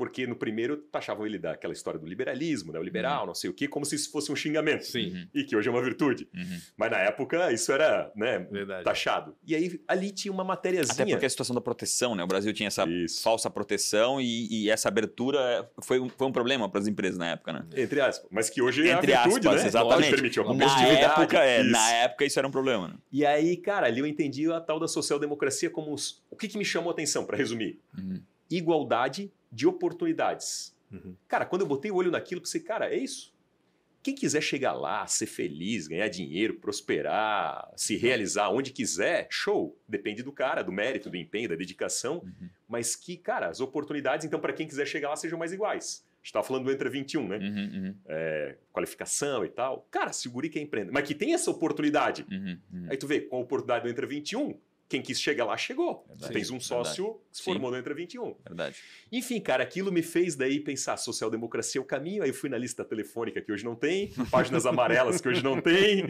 Speaker 3: porque no primeiro taxavam ele daquela história do liberalismo, né? O liberal, uhum. não sei o quê, como se isso fosse um xingamento.
Speaker 2: Sim.
Speaker 1: Uhum.
Speaker 3: E que hoje é uma virtude.
Speaker 1: Uhum.
Speaker 3: Mas na época isso era, né,
Speaker 2: Verdade.
Speaker 3: taxado. E aí ali tinha uma matériazinha.
Speaker 1: Até porque a situação da proteção, né? O Brasil tinha essa
Speaker 3: isso.
Speaker 1: falsa proteção e, e essa abertura foi um, foi um problema para as empresas na época, né?
Speaker 3: Entre aspas. Mas que hoje é a
Speaker 1: Entre
Speaker 3: virtude,
Speaker 1: aspas,
Speaker 3: né?
Speaker 1: exatamente.
Speaker 3: Pode permitir uma
Speaker 1: Na
Speaker 3: competitividade.
Speaker 1: época, é,
Speaker 3: isso.
Speaker 1: na época isso era um problema, né?
Speaker 3: E aí, cara, ali eu entendi a tal da social-democracia como... Os... O que, que me chamou a atenção, para resumir?
Speaker 1: Uhum.
Speaker 3: Igualdade de oportunidades.
Speaker 2: Uhum.
Speaker 3: Cara, quando eu botei o olho naquilo, pensei, cara, é isso. Quem quiser chegar lá, ser feliz, ganhar dinheiro, prosperar, se realizar onde quiser, show. Depende do cara, do mérito, do empenho, da dedicação.
Speaker 1: Uhum.
Speaker 3: Mas que, cara, as oportunidades, então, para quem quiser chegar lá, sejam mais iguais. A gente estava falando do Entra vinte e um, né?
Speaker 1: Uhum, uhum.
Speaker 3: É, qualificação e tal. Cara, se o guri quer empreender, mas que tem essa oportunidade.
Speaker 1: Uhum, uhum.
Speaker 3: Aí tu vê, com a oportunidade do Entra vinte e um, quem quis chegar lá, chegou.
Speaker 1: Verdade.
Speaker 3: Tens um sócio
Speaker 1: Verdade.
Speaker 3: que se formou no Entra vinte e um.
Speaker 1: Verdade.
Speaker 3: Enfim, cara, aquilo me fez daí pensar, social-democracia é o caminho. Aí eu fui na lista telefônica que hoje não tem, páginas amarelas que hoje não tem.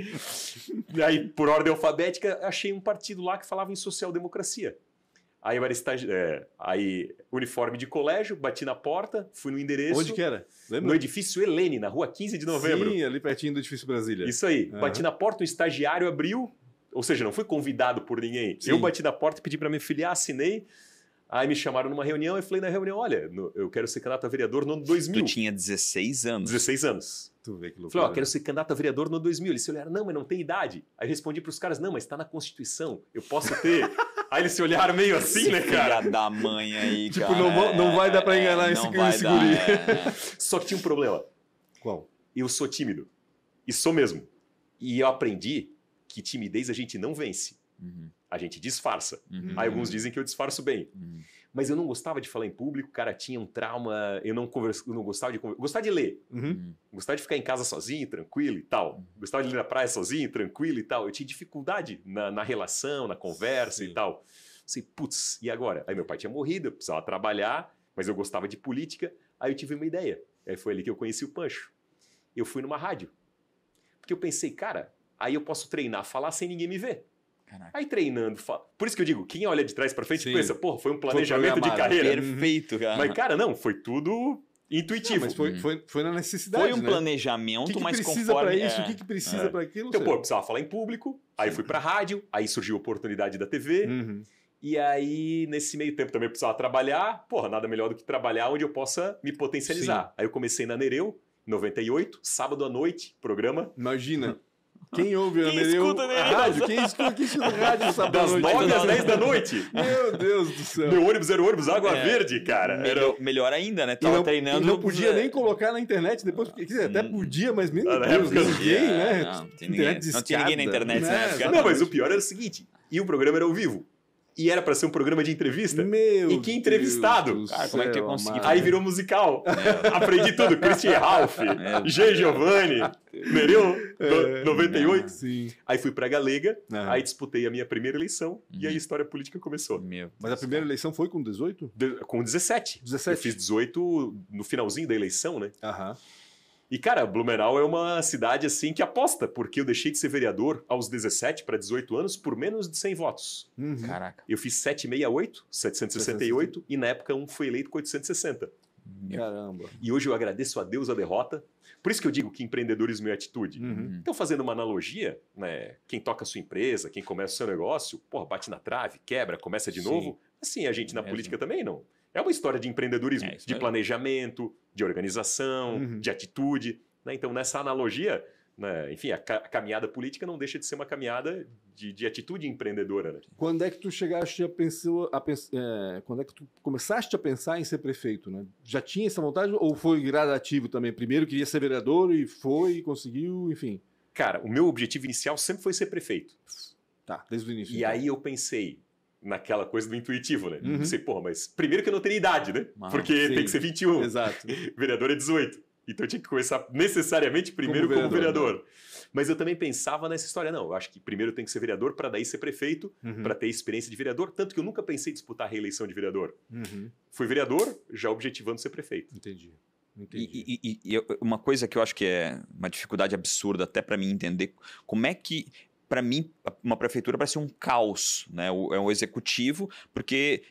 Speaker 3: Aí, por ordem alfabética, achei um partido lá que falava em social-democracia. Aí eu era estagi... é, aí uniforme de colégio, bati na porta, fui no endereço.
Speaker 2: Onde que era? Lembra?
Speaker 3: No edifício Helene, na rua quinze de novembro.
Speaker 2: Sim, ali pertinho do edifício Brasília.
Speaker 3: Isso aí.
Speaker 2: Uhum.
Speaker 3: Bati na porta, um estagiário abriu, ou seja, não fui convidado por ninguém.
Speaker 2: Sim.
Speaker 3: Eu bati na porta, pedi para me filiar, assinei. Aí me chamaram numa reunião e falei na reunião, olha, no, eu quero ser candidato a vereador no ano dois mil.
Speaker 1: Tu tinha dezesseis anos.
Speaker 3: dezesseis anos.
Speaker 2: Tu vê que loucura.
Speaker 3: Falei, ó, quero ser candidato a vereador no dois mil. Eles se olharam, não, mas não tem idade. Aí eu respondi pros caras, não, mas tá na Constituição, eu posso ter. Aí eles se olharam meio assim,
Speaker 1: Esse
Speaker 3: né, cara?
Speaker 1: Filha da mãe aí,
Speaker 2: Tipo,
Speaker 1: cara.
Speaker 2: não vão- não vai dar pra enganar
Speaker 1: é,
Speaker 2: esse-
Speaker 1: não vai
Speaker 2: esse
Speaker 1: dar,
Speaker 2: guri.
Speaker 1: é, é.
Speaker 3: Só que tinha um problema.
Speaker 2: Qual?
Speaker 3: Eu sou tímido. E sou mesmo. E eu aprendi que timidez a gente não vence.
Speaker 1: Uhum,
Speaker 3: A gente disfarça.
Speaker 1: uhum,
Speaker 3: Aí alguns dizem que eu disfarço bem.
Speaker 1: uhum.
Speaker 3: Mas eu não gostava de falar em público, cara, tinha um trauma, eu não, conversa, eu não gostava de conversar. Gostava de ler,
Speaker 2: Uhum.
Speaker 1: Uhum.
Speaker 3: gostava de ficar em casa sozinho, tranquilo e tal.
Speaker 1: Uhum.
Speaker 3: Gostava de ir na praia sozinho, tranquilo e tal. Eu tinha dificuldade na, na relação, na conversa
Speaker 2: Sim.
Speaker 3: e tal. Sei, putz, e agora? Aí meu pai tinha morrido, eu precisava trabalhar, mas eu gostava de política. Aí eu tive uma ideia. Aí foi ali que eu conheci o Pancho. Eu fui numa rádio. Porque eu pensei, cara, aí eu posso treinar, falar sem ninguém me ver.
Speaker 1: Caraca.
Speaker 3: Aí treinando, fa- por isso que eu digo, quem olha de trás pra frente
Speaker 2: Sim.
Speaker 3: pensa, porra, foi um planejamento de
Speaker 2: programado.
Speaker 3: carreira.
Speaker 1: Perfeito, cara.
Speaker 3: Mas, cara, não, foi tudo
Speaker 2: Não,
Speaker 3: intuitivo.
Speaker 2: mas foi,
Speaker 1: Uhum.
Speaker 2: foi, foi na necessidade,
Speaker 1: Foi um
Speaker 2: né?
Speaker 1: planejamento,
Speaker 2: O que, que
Speaker 1: mas
Speaker 2: precisa
Speaker 1: conforme...
Speaker 2: pra isso?
Speaker 1: é,
Speaker 2: O que, que precisa
Speaker 3: É.
Speaker 2: pra aquilo?
Speaker 3: Então,
Speaker 2: sei
Speaker 3: pô, eu
Speaker 2: lá.
Speaker 3: precisava falar em público, aí fui pra rádio, aí surgiu a oportunidade da T V,
Speaker 2: Uhum.
Speaker 3: e aí, nesse meio tempo também eu precisava trabalhar, porra, nada melhor do que trabalhar onde eu possa me potencializar. Aí eu comecei na Nereu, em noventa e oito, sábado à noite, programa,
Speaker 2: Imagina. Quem ouve a
Speaker 1: Quem
Speaker 2: Nereu,
Speaker 1: escuta
Speaker 2: a
Speaker 1: Nereu?
Speaker 2: rádio? Quem escuta, quem escuta a rádio no sábado à
Speaker 3: das
Speaker 2: noite?
Speaker 3: nove às dez da noite.
Speaker 2: Meu Deus do céu.
Speaker 3: Meu ônibus era o ônibus Água
Speaker 1: É,
Speaker 3: Verde, cara. Era...
Speaker 1: Melhor, melhor ainda, né?
Speaker 2: E
Speaker 1: Tava
Speaker 2: não,
Speaker 1: treinando...
Speaker 2: e não podia
Speaker 1: é,
Speaker 2: nem colocar na internet depois, porque quer dizer, até
Speaker 1: Hum.
Speaker 2: podia, mas meu
Speaker 3: Ah, na
Speaker 2: Deus,
Speaker 3: época não
Speaker 2: ninguém,
Speaker 1: tinha,
Speaker 2: né?
Speaker 1: não, não tinha
Speaker 2: Internet
Speaker 1: ninguém. Não tinha ninguém na
Speaker 2: discada,
Speaker 1: internet
Speaker 2: né?
Speaker 1: na época.
Speaker 3: Não, mas o pior era o seguinte, e o programa era ao vivo, e era pra ser um programa de entrevista.
Speaker 2: Meu
Speaker 3: E que entrevistado?
Speaker 2: Deus do
Speaker 1: Cara, como é que eu
Speaker 2: céu,
Speaker 1: consegui
Speaker 2: amado.
Speaker 1: fazer?
Speaker 3: Aí virou musical.
Speaker 1: É.
Speaker 3: Aprendi tudo. Christian Ralph,
Speaker 1: É.
Speaker 3: G. Giovanni, Nereu,
Speaker 2: É.
Speaker 3: no- noventa e oito.
Speaker 2: Sim.
Speaker 3: Aí fui pra Galega,
Speaker 2: Aham.
Speaker 3: aí disputei a minha primeira eleição e aí a
Speaker 1: Uhum.
Speaker 3: história política começou.
Speaker 1: Meu
Speaker 2: Mas a
Speaker 1: Deus,
Speaker 2: primeira
Speaker 1: cara.
Speaker 2: eleição foi com dezoito?
Speaker 3: De- com dezessete.
Speaker 2: dezessete.
Speaker 3: Eu fiz dezoito no finalzinho da eleição, né?
Speaker 2: Aham.
Speaker 3: E, cara, Blumenau é uma cidade, assim, que aposta, porque eu deixei de ser vereador aos dezessete para dezoito anos por menos de cem votos.
Speaker 2: Uhum.
Speaker 1: Caraca.
Speaker 3: Eu fiz setecentos e sessenta e oito, setecentos e sessenta e oito, e na época um foi eleito com oitocentos e sessenta.
Speaker 1: Meu...
Speaker 2: Caramba.
Speaker 3: E hoje eu agradeço a Deus a derrota. Por isso que eu digo que empreendedorismo é atitude.
Speaker 2: Uhum.
Speaker 1: Uhum.
Speaker 3: Então, fazendo uma analogia, né, quem toca a sua empresa, quem começa o seu negócio, porra, bate na trave, quebra, começa de
Speaker 2: Sim.
Speaker 3: novo. Assim, a gente na
Speaker 1: Mesmo.
Speaker 3: política também não. É uma história de empreendedorismo,
Speaker 1: É, isso
Speaker 3: de
Speaker 1: mesmo.
Speaker 3: planejamento, de organização,
Speaker 2: Uhum.
Speaker 3: de atitude. Né? Então, nessa analogia, né, enfim, a, ca- a caminhada política não deixa de ser uma caminhada de, de atitude empreendedora. Né?
Speaker 2: Quando é que tu chegaste a pensar, a pens- é, quando é que tu começaste a pensar em ser prefeito, né? Já tinha essa vontade ou foi gradativo também? Primeiro queria ser vereador e foi, conseguiu, enfim.
Speaker 3: Cara, o meu objetivo inicial sempre foi ser prefeito.
Speaker 2: Tá, desde o início.
Speaker 3: E
Speaker 2: então.
Speaker 3: aí eu pensei naquela coisa do intuitivo, né?
Speaker 2: Uhum.
Speaker 3: Pensei, porra, mas primeiro que eu não teria idade, né?
Speaker 1: Ah,
Speaker 3: Porque
Speaker 2: sim.
Speaker 3: tem que ser vinte e um.
Speaker 2: Exato.
Speaker 3: Vereador é dezoito. Então eu tinha que começar necessariamente primeiro como
Speaker 2: Como
Speaker 3: vereador.
Speaker 2: vereador,
Speaker 3: Mas eu também pensava nessa história, não. Eu acho que primeiro tem que ser vereador para daí ser prefeito,
Speaker 2: Uhum.
Speaker 3: para ter experiência de vereador. Tanto que eu nunca pensei em disputar a reeleição de vereador.
Speaker 2: Uhum.
Speaker 3: Fui vereador, já objetivando ser prefeito.
Speaker 2: Entendi. Entendi.
Speaker 1: E, e- e- e eu- uma coisa que eu acho que é uma dificuldade absurda até para mim entender como é que para mim uma prefeitura parece um caos, né? O, é um executivo porque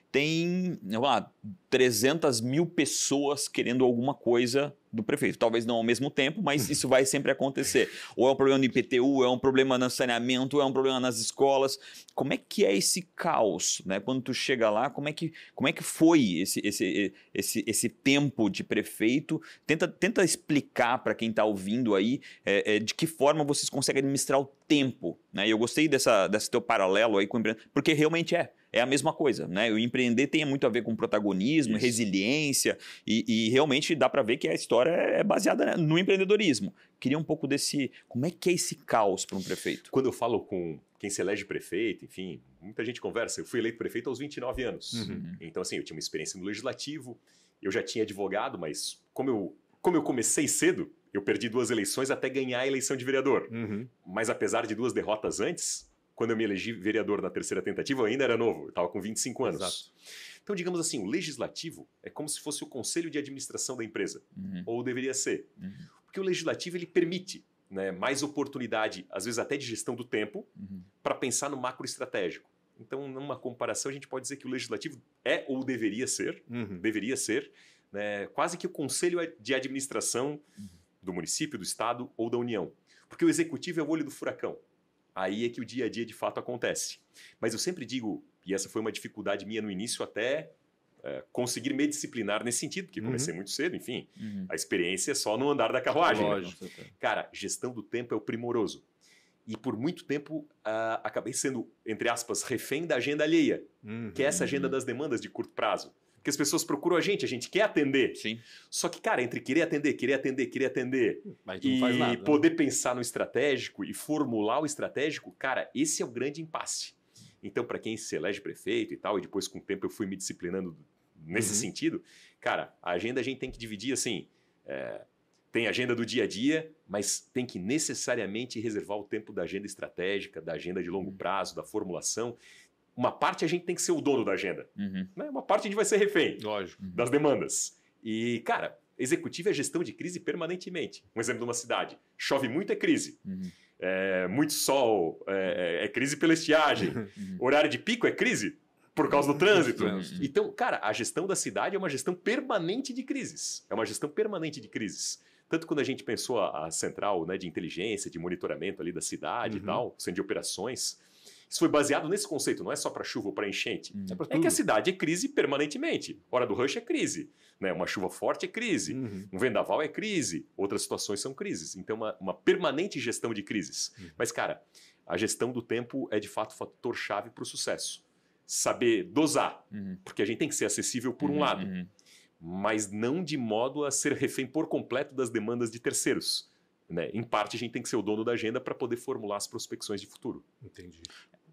Speaker 1: tem, vamos lá, trezentas mil pessoas querendo alguma coisa do prefeito. Talvez não ao mesmo tempo, mas isso vai sempre acontecer. Ou é um problema no I P T U, é um problema no saneamento, ou é um problema nas escolas. Como é que é esse caos, né? Quando tu chega lá, como é que, como é que foi esse, esse, esse, esse tempo de prefeito? Tenta, tenta explicar para quem está ouvindo aí é, é, de que forma vocês conseguem administrar o tempo, né? E eu gostei dessa, desse teu paralelo aí com o empreendedor, porque realmente é. É a mesma coisa, né? O empreender tem muito a ver com protagonismo, Isso. resiliência e, e realmente dá para ver que a história é baseada no empreendedorismo. Queria um pouco desse... Como é que é esse caos para um prefeito?
Speaker 3: Quando eu falo com quem se elege prefeito, enfim, muita gente conversa. Eu fui eleito prefeito aos vinte e nove anos. Uhum. Então, assim, eu tinha uma experiência no legislativo, eu já tinha advogado, mas como eu, como eu comecei cedo, eu perdi duas eleições até ganhar a eleição de vereador. Uhum. Mas apesar de duas derrotas antes... Quando eu me elegi vereador na terceira tentativa, eu ainda era novo, eu estava com vinte e cinco anos. Exato. Então, digamos assim, o legislativo é como se fosse o conselho de administração da empresa, uhum. ou deveria ser. Uhum. Porque o legislativo ele permite, né, mais oportunidade, às vezes até de gestão do tempo, uhum. para pensar no macro estratégico. Então, numa comparação, a gente pode dizer que o legislativo é ou deveria ser, uhum. deveria ser, né, quase que o conselho de administração uhum. do município, do estado ou da União. Porque o executivo é o olho do furacão. Aí é que o dia a dia de fato acontece. Mas eu sempre digo, e essa foi uma dificuldade minha no início até é, conseguir me disciplinar nesse sentido, porque uhum. comecei muito cedo, enfim, uhum. a experiência é só no andar da carruagem. Lógico, né? Cara, gestão do tempo é o primoroso. E por muito tempo uh, acabei sendo, entre aspas, refém da agenda alheia, uhum. que é essa agenda das demandas de curto prazo. Porque as pessoas procuram a gente, a gente quer atender.
Speaker 1: Sim.
Speaker 3: Só que, cara, entre querer atender, querer atender, querer atender
Speaker 2: Mas
Speaker 3: e
Speaker 2: não faz nada,
Speaker 3: poder
Speaker 2: né? pensar
Speaker 3: no estratégico e formular o estratégico, cara, esse é o grande impasse. Então, para quem se elege prefeito e tal, e depois com o tempo eu fui me disciplinando nesse uhum. sentido, cara, a agenda a gente tem que dividir assim, é, tem a agenda do dia a dia, mas tem que necessariamente reservar o tempo da agenda estratégica, da agenda de longo prazo, da formulação. Uma parte a gente tem que ser o dono da agenda. Uhum. Né? Uma parte a gente vai ser refém
Speaker 2: Lógico.
Speaker 3: das demandas. E, cara, executivo é gestão de crise permanentemente. Um exemplo de uma cidade. Chove muito é crise. Uhum. É, muito sol é, é crise pela estiagem. Uhum. Horário de pico é crise por causa do trânsito. Uhum. Então, cara, a gestão da cidade é uma gestão permanente de crises. É uma gestão permanente de crises. Tanto quando a gente pensou a, a central, né, de inteligência, de monitoramento ali da cidade uhum. e tal, centro de operações... Isso foi baseado nesse conceito, não é só para chuva ou para enchente. Uhum. É, é que a cidade é crise permanentemente. Hora do rush é crise. Né? Uma chuva forte é crise. Uhum. Um vendaval é crise. Outras situações são crises. Então, uma, uma permanente gestão de crises. Uhum. Mas, cara, a gestão do tempo é, de fato, o fator-chave para o sucesso. Saber dosar. Uhum. Porque a gente tem que ser acessível por um uhum. lado. Uhum. Mas não de modo a ser refém por completo das demandas de terceiros. Né? Em parte, a gente tem que ser o dono da agenda para poder formular as prospecções de futuro.
Speaker 2: Entendi.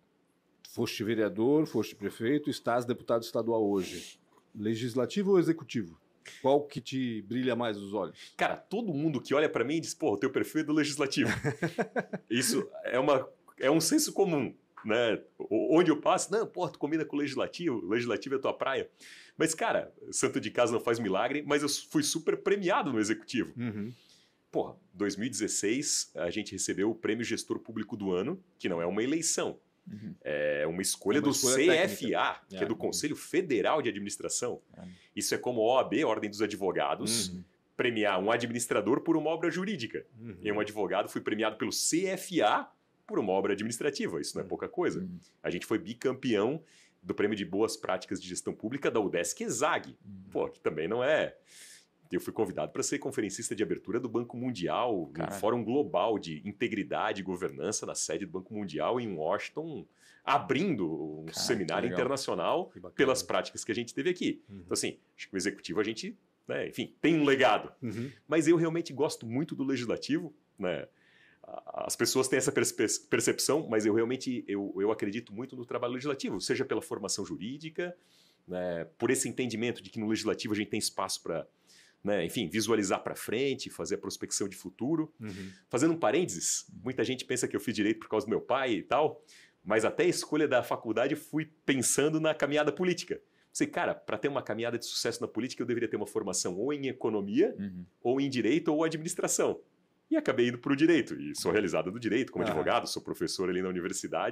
Speaker 2: Foste vereador, foste prefeito, estás deputado estadual hoje. Legislativo ou executivo? Qual que te brilha mais os olhos?
Speaker 3: Cara, todo mundo que olha para mim diz, pô, o teu perfil é do legislativo. Isso é, uma, é um senso comum, né? Onde eu passo, não, pô, tu combina com o legislativo, o legislativo é tua praia. Mas, cara, santo de casa não faz milagre, mas eu fui super premiado no executivo. Uhum. Porra, dois mil e dezesseis a gente recebeu o Prêmio Gestor Público do Ano, que não é uma eleição. Uhum. É uma escolha, é uma do escolha C F A, técnica. Que é, é do Conselho Federal de Administração. É. Isso é como a O A B, Ordem dos Advogados, uhum. premiar um administrador por uma obra jurídica. Uhum. E um advogado foi premiado pelo C F A por uma obra administrativa. Isso não é pouca coisa. Uhum. A gente foi bicampeão do Prêmio de Boas Práticas de Gestão Pública da UDESC ESAG. Uhum. Pô, que também não é... Eu fui convidado para ser conferencista de abertura do Banco Mundial, no Fórum Global de Integridade e Governança na sede do Banco Mundial em Washington, abrindo um Cara, seminário internacional pelas práticas que a gente teve aqui. Uhum. Então, assim, acho que o executivo a gente, né, enfim, tem um legado. Uhum. Mas eu realmente gosto muito do legislativo, né? As pessoas têm essa percepção, mas eu realmente eu, eu acredito muito no trabalho legislativo, seja pela formação jurídica, né, por esse entendimento de que no legislativo a gente tem espaço para... Né, enfim, visualizar para frente, fazer a prospecção de futuro. Uhum. Fazendo um parênteses, muita gente pensa que eu fiz direito por causa do meu pai e tal, mas até a escolha da faculdade eu fui pensando na caminhada política. Sei, cara, para ter uma caminhada de sucesso na política eu deveria ter uma formação ou em economia, uhum. ou em direito ou administração. E acabei indo para o direito, e sou realizado do direito como ah. advogado, sou professor ali na universidade,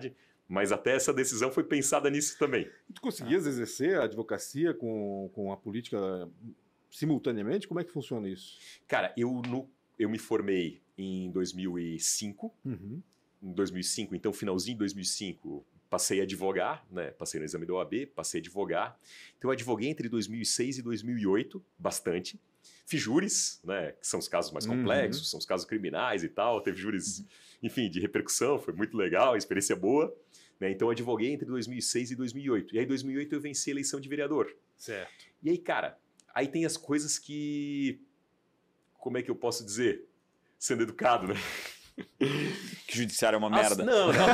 Speaker 3: Mas até essa decisão foi pensada nisso também.
Speaker 2: E tu conseguias exercer a advocacia com, com a política simultaneamente? Como é que funciona isso?
Speaker 3: Cara, eu, no, eu me formei em dois mil e cinco.
Speaker 2: Uhum.
Speaker 3: Em dois mil e cinco, então, finalzinho de dois mil e cinco, passei a advogar, né? Passei no exame da O A B, passei a advogar. Então, eu advoguei entre dois mil e seis e dois mil e oito, bastante. Fiz júris, né? Que são os casos mais complexos, uhum. são os casos criminais e tal. Teve júris, uhum. enfim, de repercussão, foi muito legal, experiência boa. Né? Então, eu advoguei entre dois mil e seis e dois mil e oito. E aí, em dois mil e oito, eu venci a eleição de vereador.
Speaker 2: Certo.
Speaker 3: E aí, cara, aí tem as coisas que... Como é que eu posso dizer? Sendo educado, né?
Speaker 1: Que o judiciário é uma
Speaker 3: as,
Speaker 1: merda.
Speaker 3: Não, não.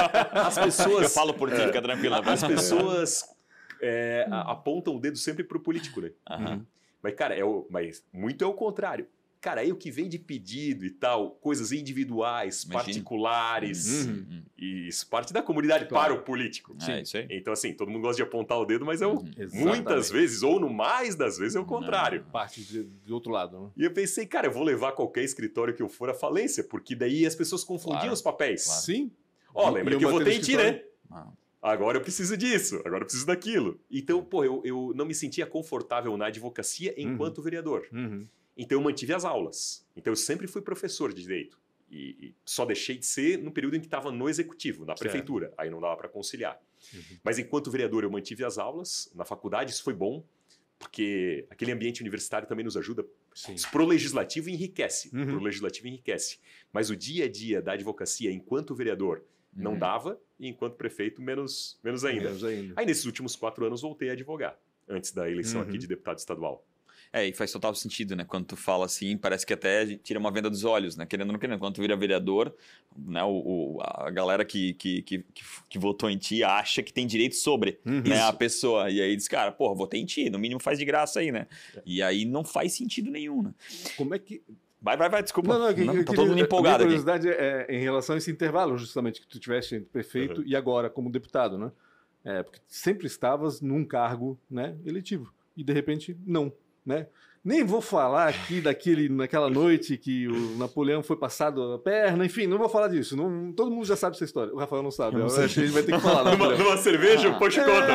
Speaker 3: As pessoas...
Speaker 1: Eu falo por ti,
Speaker 3: é,
Speaker 1: fica tranquilo.
Speaker 3: As pessoas é, apontam o dedo sempre pro político, né?
Speaker 1: Uhum.
Speaker 3: Mas, cara, é o, mas muito é o contrário. Cara, aí o que vem de pedido e tal, coisas individuais, Imagina. particulares,
Speaker 1: uhum.
Speaker 3: e isso parte da comunidade
Speaker 2: claro.
Speaker 3: para o político.
Speaker 1: Sim. É isso aí.
Speaker 3: Então, assim, todo mundo gosta de apontar o dedo, mas é o,
Speaker 1: Uhum.
Speaker 3: muitas vezes, ou no mais das vezes, é o contrário.
Speaker 2: Não. Parte de, de outro lado. Né?
Speaker 3: E eu pensei, cara, eu vou levar qualquer escritório que eu for à falência, porque daí as pessoas confundiam
Speaker 1: Claro.
Speaker 3: os papéis.
Speaker 2: Claro. Sim.
Speaker 3: Ó, lembra
Speaker 2: e
Speaker 3: que eu votei em ti, né?
Speaker 1: Ah.
Speaker 3: Agora eu preciso disso, agora eu preciso daquilo. Então, pô, eu, eu não me sentia confortável na advocacia enquanto
Speaker 2: uhum.
Speaker 3: vereador.
Speaker 2: Uhum.
Speaker 3: Então eu mantive as aulas. Então eu sempre fui professor de direito. E, e só deixei de ser no período em que estava no executivo, na prefeitura. Certo. Aí não dava para conciliar. Uhum. Mas enquanto vereador eu mantive as aulas. Na faculdade isso foi bom, porque aquele ambiente universitário também nos ajuda. Para o legislativo enriquece. Uhum. Para o legislativo enriquece. Mas o dia a dia da advocacia enquanto vereador não uhum. dava, e enquanto prefeito menos, menos ainda.
Speaker 2: menos ainda.
Speaker 3: Aí nesses últimos quatro anos voltei a advogar, antes da eleição uhum. aqui de deputado estadual.
Speaker 1: É, e faz total sentido, né? Quando tu fala assim, parece que até tira uma venda dos olhos, né? Querendo ou não querendo. Quando tu vira vereador, né? o, o, a galera que, que, que, que votou em ti acha que tem direito sobre
Speaker 2: uhum.
Speaker 1: né, a pessoa. E aí diz, cara, porra, votei em ti, no mínimo faz de graça aí, né? É. E aí não faz sentido nenhum, né?
Speaker 2: Como é que...
Speaker 1: Vai, vai, vai, desculpa.
Speaker 2: Não, não, que,
Speaker 1: não,
Speaker 2: que,
Speaker 1: tá
Speaker 2: que,
Speaker 1: todo mundo empolgado
Speaker 2: aqui. A
Speaker 1: aqui.
Speaker 2: curiosidade é, é em relação a esse intervalo, justamente, que tu tiveste entre prefeito uhum. e agora como deputado, né? É, porque sempre estavas num cargo, né, eletivo. E, de repente, não, né? Nem vou falar aqui daquele, naquela noite que o Napoleão foi passado a perna, enfim, não vou falar disso. Não, todo mundo já sabe essa história. O Rafael não sabe. Eu, eu acho que a gente vai ter que falar.
Speaker 3: numa, numa cerveja, ah. o Pancho conta,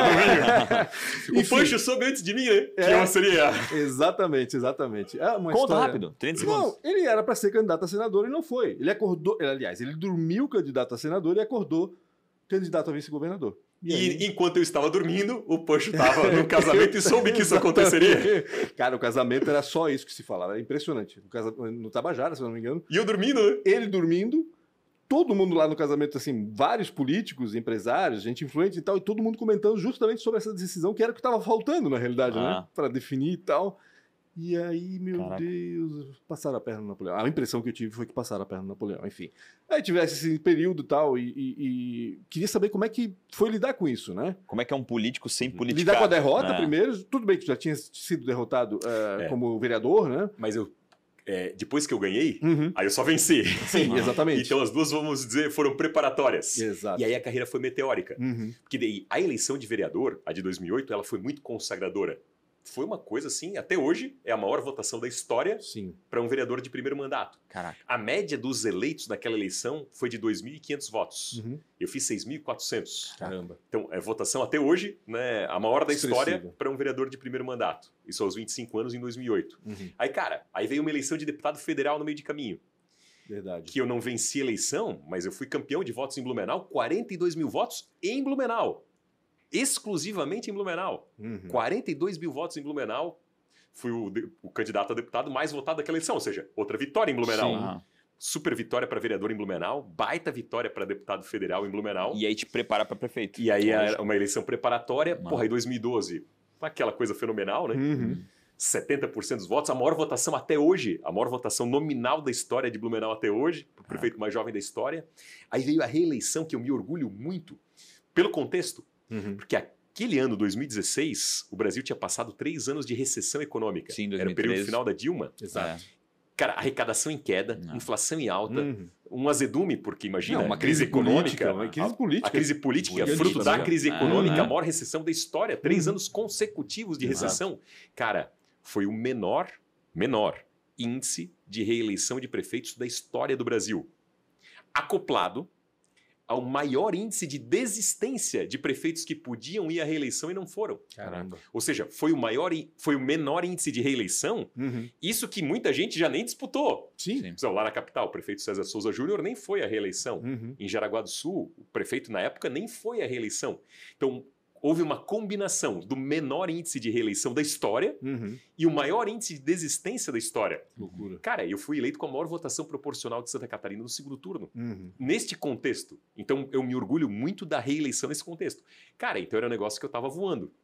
Speaker 3: no vinho. O Pancho soube antes de mim, né?
Speaker 2: É,
Speaker 3: que eu seria.
Speaker 2: Exatamente, exatamente. É uma
Speaker 1: conta
Speaker 2: história...
Speaker 1: rápido, trinta segundos.
Speaker 2: Não, ele era para ser candidato a senador e não foi. Ele acordou, aliás, ele dormiu candidato a senador e acordou candidato a vice-governador.
Speaker 3: E, e enquanto eu estava dormindo, o Pancho estava no casamento e soube que isso aconteceria.
Speaker 2: Cara, o casamento era só isso que se falava. Era impressionante. No, casa... no Tabajara, se eu não me engano.
Speaker 3: E eu dormindo, né?
Speaker 2: Ele dormindo. Todo mundo lá no casamento, assim, vários políticos, empresários, gente influente e tal, e todo mundo comentando justamente sobre essa decisão, que era o que estava faltando, na realidade, ah. né? Para definir e tal. E aí, meu Caraca. Deus, passaram a perna no Napoleão. A impressão que eu tive foi que passaram a perna no Napoleão, enfim. Aí tivesse esse período tal, e, e, e queria saber como é que foi lidar com isso, né?
Speaker 1: Como é que é um político sem politicar?
Speaker 2: Lidar com a derrota
Speaker 1: é.
Speaker 2: primeiro, tudo bem que já tinha sido derrotado uh, é. como vereador, né?
Speaker 3: Mas eu, é, depois que eu ganhei,
Speaker 2: uhum.
Speaker 3: aí eu só venci.
Speaker 2: Sim, exatamente.
Speaker 3: Então as duas, vamos dizer, foram preparatórias.
Speaker 2: Exato.
Speaker 3: E aí a carreira foi meteórica.
Speaker 2: Uhum.
Speaker 3: Porque daí a eleição de vereador, a de dois mil e oito, ela foi muito consagradora. Foi uma coisa assim, até hoje, é a maior votação da história para um vereador de primeiro mandato.
Speaker 1: Caraca.
Speaker 3: A média dos eleitos naquela eleição foi de dois mil e quinhentos votos.
Speaker 2: Uhum.
Speaker 3: Eu fiz seis mil e quatrocentos.
Speaker 2: Caramba.
Speaker 3: Então, é votação até hoje, né, a maior da história para um vereador de primeiro mandato. Isso aos vinte e cinco anos, em dois mil e oito.
Speaker 2: Uhum.
Speaker 3: Aí, cara, aí veio uma eleição de deputado federal no meio de caminho.
Speaker 2: Verdade.
Speaker 3: Que eu não venci a eleição, mas eu fui campeão de votos em Blumenau, quarenta e dois mil votos em Blumenau. Exclusivamente em Blumenau.
Speaker 2: Uhum.
Speaker 3: quarenta e dois mil votos em Blumenau. Fui o, de, o candidato a deputado mais votado daquela eleição, ou seja, outra vitória em Blumenau.
Speaker 1: Sim.
Speaker 3: Super vitória para vereador em Blumenau, baita vitória para deputado federal em Blumenau.
Speaker 1: E aí te prepara para prefeito.
Speaker 3: E aí é uma eleição preparatória. Não. Porra, em dois mil e doze, aquela coisa fenomenal, né?
Speaker 2: Uhum.
Speaker 3: setenta por cento dos votos, a maior votação até hoje, a maior votação nominal da história de Blumenau até hoje, o prefeito ah. mais jovem da história. Aí veio a reeleição, que eu me orgulho muito, pelo contexto,
Speaker 2: uhum.
Speaker 3: porque a Aquele ano, dois mil e dezesseis, o Brasil tinha passado três anos de recessão econômica.
Speaker 1: Sim, dois mil e treze.
Speaker 3: Era o período final da Dilma.
Speaker 2: Exato.
Speaker 3: É. Cara, arrecadação em queda, Não. inflação em alta, uhum. um azedume, porque imagina,
Speaker 2: Não, uma
Speaker 3: crise, crise econômica.
Speaker 2: Política, uma crise política.
Speaker 3: A, a crise política,
Speaker 2: Política,
Speaker 3: fruto da crise econômica,
Speaker 1: uhum.
Speaker 3: a maior recessão da história. Três
Speaker 2: uhum.
Speaker 3: anos consecutivos de
Speaker 2: Exato.
Speaker 3: recessão. Cara, foi o menor, menor índice de reeleição de prefeitos da história do Brasil. Acoplado ao maior índice de desistência de prefeitos que podiam ir à reeleição e não foram.
Speaker 2: Caramba.
Speaker 3: Ou seja, foi o, maior, foi o menor índice de reeleição,
Speaker 2: Uhum.
Speaker 3: isso que muita gente já nem disputou.
Speaker 2: Sim.
Speaker 1: Sim.
Speaker 3: Então, lá na capital, o prefeito César Souza Júnior nem foi à reeleição.
Speaker 2: Uhum.
Speaker 3: Em Jaraguá do Sul, o prefeito na época nem foi à reeleição. Então, houve uma combinação do menor índice de reeleição da história
Speaker 2: Uhum.
Speaker 3: e o maior índice de desistência da história.
Speaker 2: Loucura.
Speaker 3: Cara, eu fui eleito com a maior votação proporcional de Santa Catarina no segundo turno.
Speaker 2: Uhum.
Speaker 3: Neste contexto. Então, eu me orgulho muito da reeleição nesse contexto. Cara, então era um negócio que eu estava voando.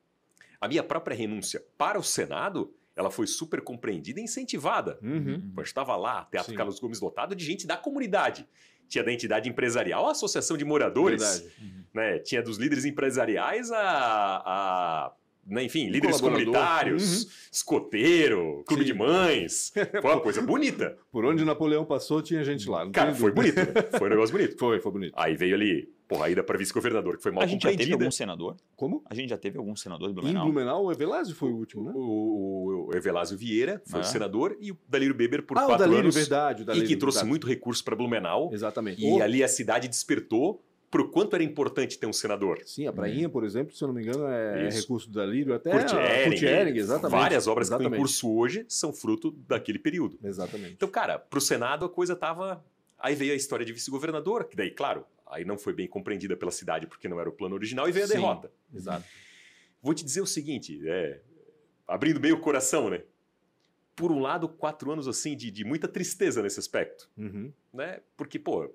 Speaker 3: A minha própria renúncia para o Senado, ela foi super compreendida e incentivada.
Speaker 2: Uhum.
Speaker 3: Eu estava lá, Teatro
Speaker 2: Sim.
Speaker 3: Carlos Gomes lotado de gente da comunidade. Tinha da entidade empresarial a associação de moradores.
Speaker 2: Verdade.
Speaker 3: Né? Tinha dos líderes empresariais a... a né? Enfim,
Speaker 2: Um
Speaker 3: líderes
Speaker 2: colaborador.
Speaker 3: comunitários,
Speaker 2: Uhum.
Speaker 3: escoteiro, clube
Speaker 2: Sim.
Speaker 3: de mães. Foi uma coisa bonita.
Speaker 2: Por onde Napoleão passou, tinha gente lá. Não
Speaker 3: Cara,
Speaker 2: tem
Speaker 3: foi
Speaker 2: dúvida.
Speaker 3: bonito. Né? Foi um negócio bonito.
Speaker 2: Foi, foi bonito.
Speaker 3: Aí veio ali, porra, a ida para vice-governador, que foi mal
Speaker 1: A gente já teve
Speaker 3: compreendida.
Speaker 1: algum senador?
Speaker 2: Como?
Speaker 1: A gente já teve algum senador do
Speaker 2: Em
Speaker 1: Blumenau?
Speaker 2: Blumenau, o Evelásio foi o último, né?
Speaker 3: O, o, o Evelásio Vieira foi
Speaker 1: Ah.
Speaker 3: o senador e o Dalírio Beber por
Speaker 2: ah, o
Speaker 3: quatro
Speaker 2: Dalírio,
Speaker 3: anos.
Speaker 2: verdade. O
Speaker 3: E
Speaker 2: Dalírio,
Speaker 3: que trouxe
Speaker 2: verdade.
Speaker 3: muito recurso para Blumenau.
Speaker 2: Exatamente.
Speaker 3: E
Speaker 2: O-
Speaker 3: ali a cidade despertou pro quanto era importante ter um senador.
Speaker 2: Sim, a Prainha, por exemplo, se eu não me engano, é
Speaker 3: Isso.
Speaker 2: recurso do Dalírio, até
Speaker 3: Curti
Speaker 2: a
Speaker 3: Ehring,
Speaker 2: Curti Ehring, exatamente.
Speaker 3: Várias obras que estão em
Speaker 2: Exatamente.
Speaker 3: curso hoje são fruto daquele período.
Speaker 2: Exatamente.
Speaker 3: Então, cara, pro Senado a coisa tava... Aí veio a história de vice-governador, que daí, claro, aí não foi bem compreendida pela cidade porque não era o plano original, e veio a
Speaker 2: Sim.
Speaker 3: derrota.
Speaker 2: Exato.
Speaker 3: Vou te dizer o seguinte, é, abrindo bem o coração, né? Por um lado, quatro anos assim de, de muita tristeza nesse aspecto,
Speaker 2: Uhum.
Speaker 3: né? Porque, pô,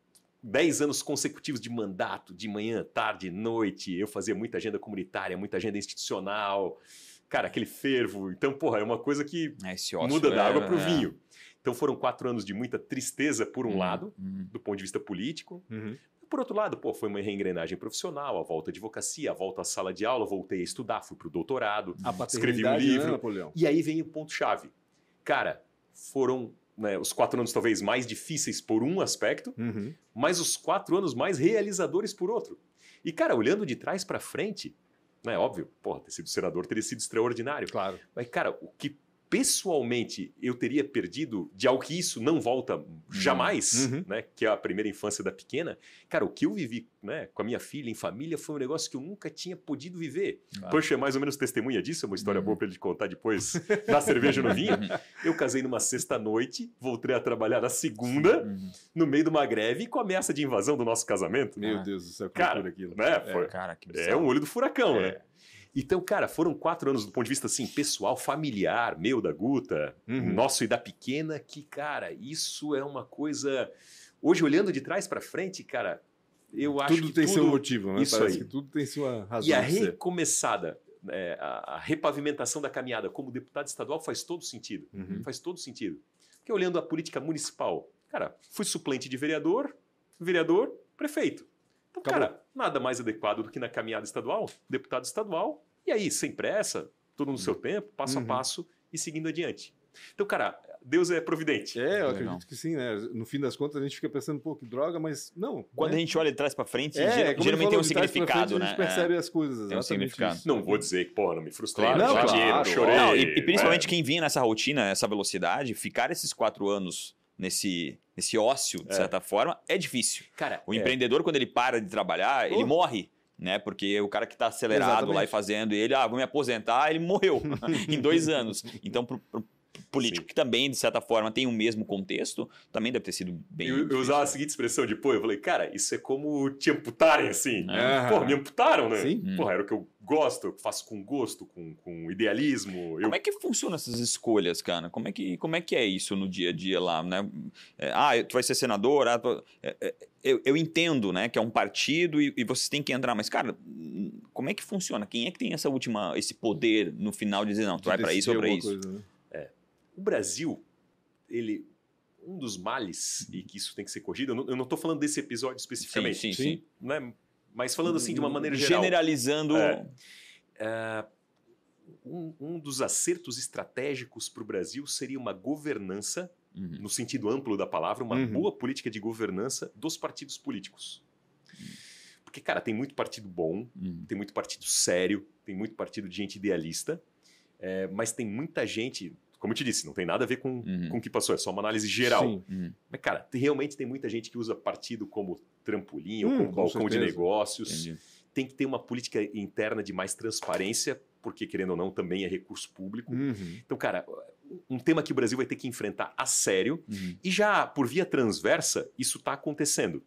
Speaker 3: dez anos consecutivos de mandato, de manhã, tarde, noite, eu fazia muita agenda comunitária, muita agenda institucional, cara, aquele fervo. Então, porra, é uma coisa que
Speaker 1: É, esse ócio
Speaker 3: muda da
Speaker 1: é-
Speaker 3: água pro
Speaker 1: é.
Speaker 3: vinho. Então foram quatro anos de muita tristeza, por um
Speaker 1: Hum,
Speaker 3: lado,
Speaker 1: hum.
Speaker 3: do ponto de vista político.
Speaker 2: Uhum.
Speaker 3: Por outro lado, pô, foi uma reengrenagem profissional, a volta à advocacia, a volta à sala de aula, voltei a estudar, fui pro doutorado,
Speaker 2: A
Speaker 3: escrevi um
Speaker 2: paternidade,
Speaker 3: livro.
Speaker 2: né, Napoleão?
Speaker 3: E aí vem o ponto-chave. Cara, foram né, os quatro anos talvez mais difíceis por um aspecto,
Speaker 2: Uhum.
Speaker 3: mas os quatro anos mais realizadores por outro. E, cara, olhando de trás para frente, né, óbvio, porra, ter sido senador teria sido extraordinário.
Speaker 2: Claro.
Speaker 3: Mas, cara, o que pessoalmente eu teria perdido de algo que isso não volta jamais,
Speaker 2: Uhum.
Speaker 3: né, que é a primeira infância da pequena, cara, o que eu vivi né, com a minha filha em família foi um negócio que eu nunca tinha podido viver.
Speaker 1: Claro.
Speaker 3: Puxa é mais ou menos testemunha disso, é uma história
Speaker 1: Uhum.
Speaker 3: boa para ele te contar depois da cerveja no vinho. Eu casei numa sexta-noite, voltei a trabalhar na segunda,
Speaker 1: Uhum.
Speaker 3: no meio de uma greve com ameaça de invasão do nosso casamento.
Speaker 2: Meu
Speaker 1: Ah.
Speaker 2: Deus do céu, que
Speaker 3: Cara,
Speaker 2: loucura aquilo.
Speaker 3: né, foi-
Speaker 1: Cara, que
Speaker 3: é
Speaker 1: bizarro.
Speaker 3: um olho do furacão,
Speaker 2: É.
Speaker 3: né? Então, cara, foram quatro anos do ponto de vista assim, pessoal, familiar, meu, da Guta,
Speaker 2: Uhum.
Speaker 3: nosso e da pequena, que, cara, isso é uma coisa. Hoje, olhando de trás para frente, cara, eu acho
Speaker 2: Tudo
Speaker 3: que
Speaker 2: tem
Speaker 3: tudo...
Speaker 2: seu motivo, né?
Speaker 3: isso
Speaker 2: Parece
Speaker 3: aí.
Speaker 2: que tudo tem sua razão
Speaker 3: E a
Speaker 2: de ser.
Speaker 3: recomeçada, né, a, a repavimentação da caminhada como deputado estadual faz todo sentido.
Speaker 2: Uhum.
Speaker 3: Faz todo sentido. Porque olhando a política municipal, cara, fui suplente de vereador, vereador, prefeito. Então,
Speaker 2: Acabou.
Speaker 3: cara, nada mais adequado do que na caminhada estadual, deputado estadual, e aí, sem pressa, tudo no seu tempo, passo
Speaker 2: Uhum.
Speaker 3: a passo e seguindo adiante. Então, cara, Deus é providente.
Speaker 2: É, eu
Speaker 1: Legal.
Speaker 2: acredito que sim, né? No fim das contas, a gente fica pensando, pô, que droga, mas não.
Speaker 1: Quando
Speaker 2: né?
Speaker 1: a gente olha de trás pra frente,
Speaker 2: É,
Speaker 1: geral-
Speaker 2: como ele
Speaker 1: geralmente tem
Speaker 2: falou,
Speaker 1: um
Speaker 2: de trás pra
Speaker 1: significado,
Speaker 2: frente,
Speaker 1: né?
Speaker 2: A gente percebe
Speaker 1: É.
Speaker 2: as coisas,
Speaker 1: Tem um
Speaker 2: exatamente
Speaker 1: significado.
Speaker 2: isso.
Speaker 3: Não vou dizer que, porra, não me frustrei,
Speaker 1: Claro,
Speaker 3: não
Speaker 2: claro,
Speaker 3: dinheiro,
Speaker 2: claro.
Speaker 3: chorei.
Speaker 1: Não, e, e principalmente
Speaker 3: né?
Speaker 1: quem vinha nessa rotina, essa velocidade, ficar esses quatro anos nesse, nesse ócio, de
Speaker 3: É.
Speaker 1: certa forma, é difícil.
Speaker 3: Cara,
Speaker 1: O
Speaker 3: é,
Speaker 1: empreendedor, quando ele para de trabalhar, ele
Speaker 2: Oh.
Speaker 1: morre. Né? Porque o cara que está acelerado
Speaker 2: Exatamente.
Speaker 1: lá e fazendo ele, ah, vou me aposentar, ele morreu em dois anos. Então, pro, pro político
Speaker 3: Sim.
Speaker 1: que também, de certa forma, tem o mesmo contexto, também deve ter sido bem.
Speaker 3: Eu, eu
Speaker 1: difícil.
Speaker 3: usava a seguinte expressão de, pô, eu falei, cara, isso é como te amputarem, assim.
Speaker 2: É.
Speaker 3: Pô, me amputaram, né?
Speaker 2: Sim.
Speaker 1: Hum.
Speaker 3: Porra, era o que eu gosto, eu faço com gosto, com, com idealismo. Eu...
Speaker 1: Como é que funcionam essas escolhas, cara? Como é que, como é, que é isso no dia a dia lá, né? É, ah, tu vai ser senador, ah, tu- é, é, eu, eu entendo, né, que é um partido e, e vocês têm que entrar, mas, cara, hum, como é que funciona? Quem é que tem essa última, esse poder no final de dizer, não, tu
Speaker 2: De
Speaker 1: vai para isso ou para
Speaker 2: decidir
Speaker 1: isso?
Speaker 2: alguma coisa, né?
Speaker 3: O Brasil, ele... Um dos males, e que isso tem que ser corrigido, eu não, eu não tô falando desse episódio especificamente,
Speaker 1: Sim, sim,
Speaker 2: Sim.
Speaker 1: sim.
Speaker 3: né? Mas falando assim de uma maneira geral.
Speaker 1: Generalizando.
Speaker 3: É. É, um, um dos acertos estratégicos para o Brasil seria uma governança,
Speaker 1: Uhum.
Speaker 3: no sentido amplo da palavra, uma
Speaker 2: Uhum.
Speaker 3: boa política de governança dos partidos políticos. Porque, cara, tem muito partido bom,
Speaker 1: Uhum.
Speaker 3: tem muito partido sério, tem muito partido de gente idealista, é, mas tem muita gente, como eu te disse, não tem nada a ver com,
Speaker 1: Uhum.
Speaker 3: com o que passou, é só uma análise geral.
Speaker 2: Sim.
Speaker 1: Uhum.
Speaker 3: Mas, cara, tem- realmente tem muita gente que usa partido como trampolim ou
Speaker 2: Hum,
Speaker 3: como
Speaker 2: com
Speaker 3: balcão de
Speaker 2: certeza.
Speaker 3: negócios.
Speaker 1: Entendi.
Speaker 3: Tem que ter uma política interna de mais transparência, porque, querendo ou não, também é recurso público.
Speaker 2: Uhum.
Speaker 3: Então, cara, um tema que o Brasil vai ter que enfrentar a sério,
Speaker 1: Uhum.
Speaker 3: e já por via transversa, isso está acontecendo.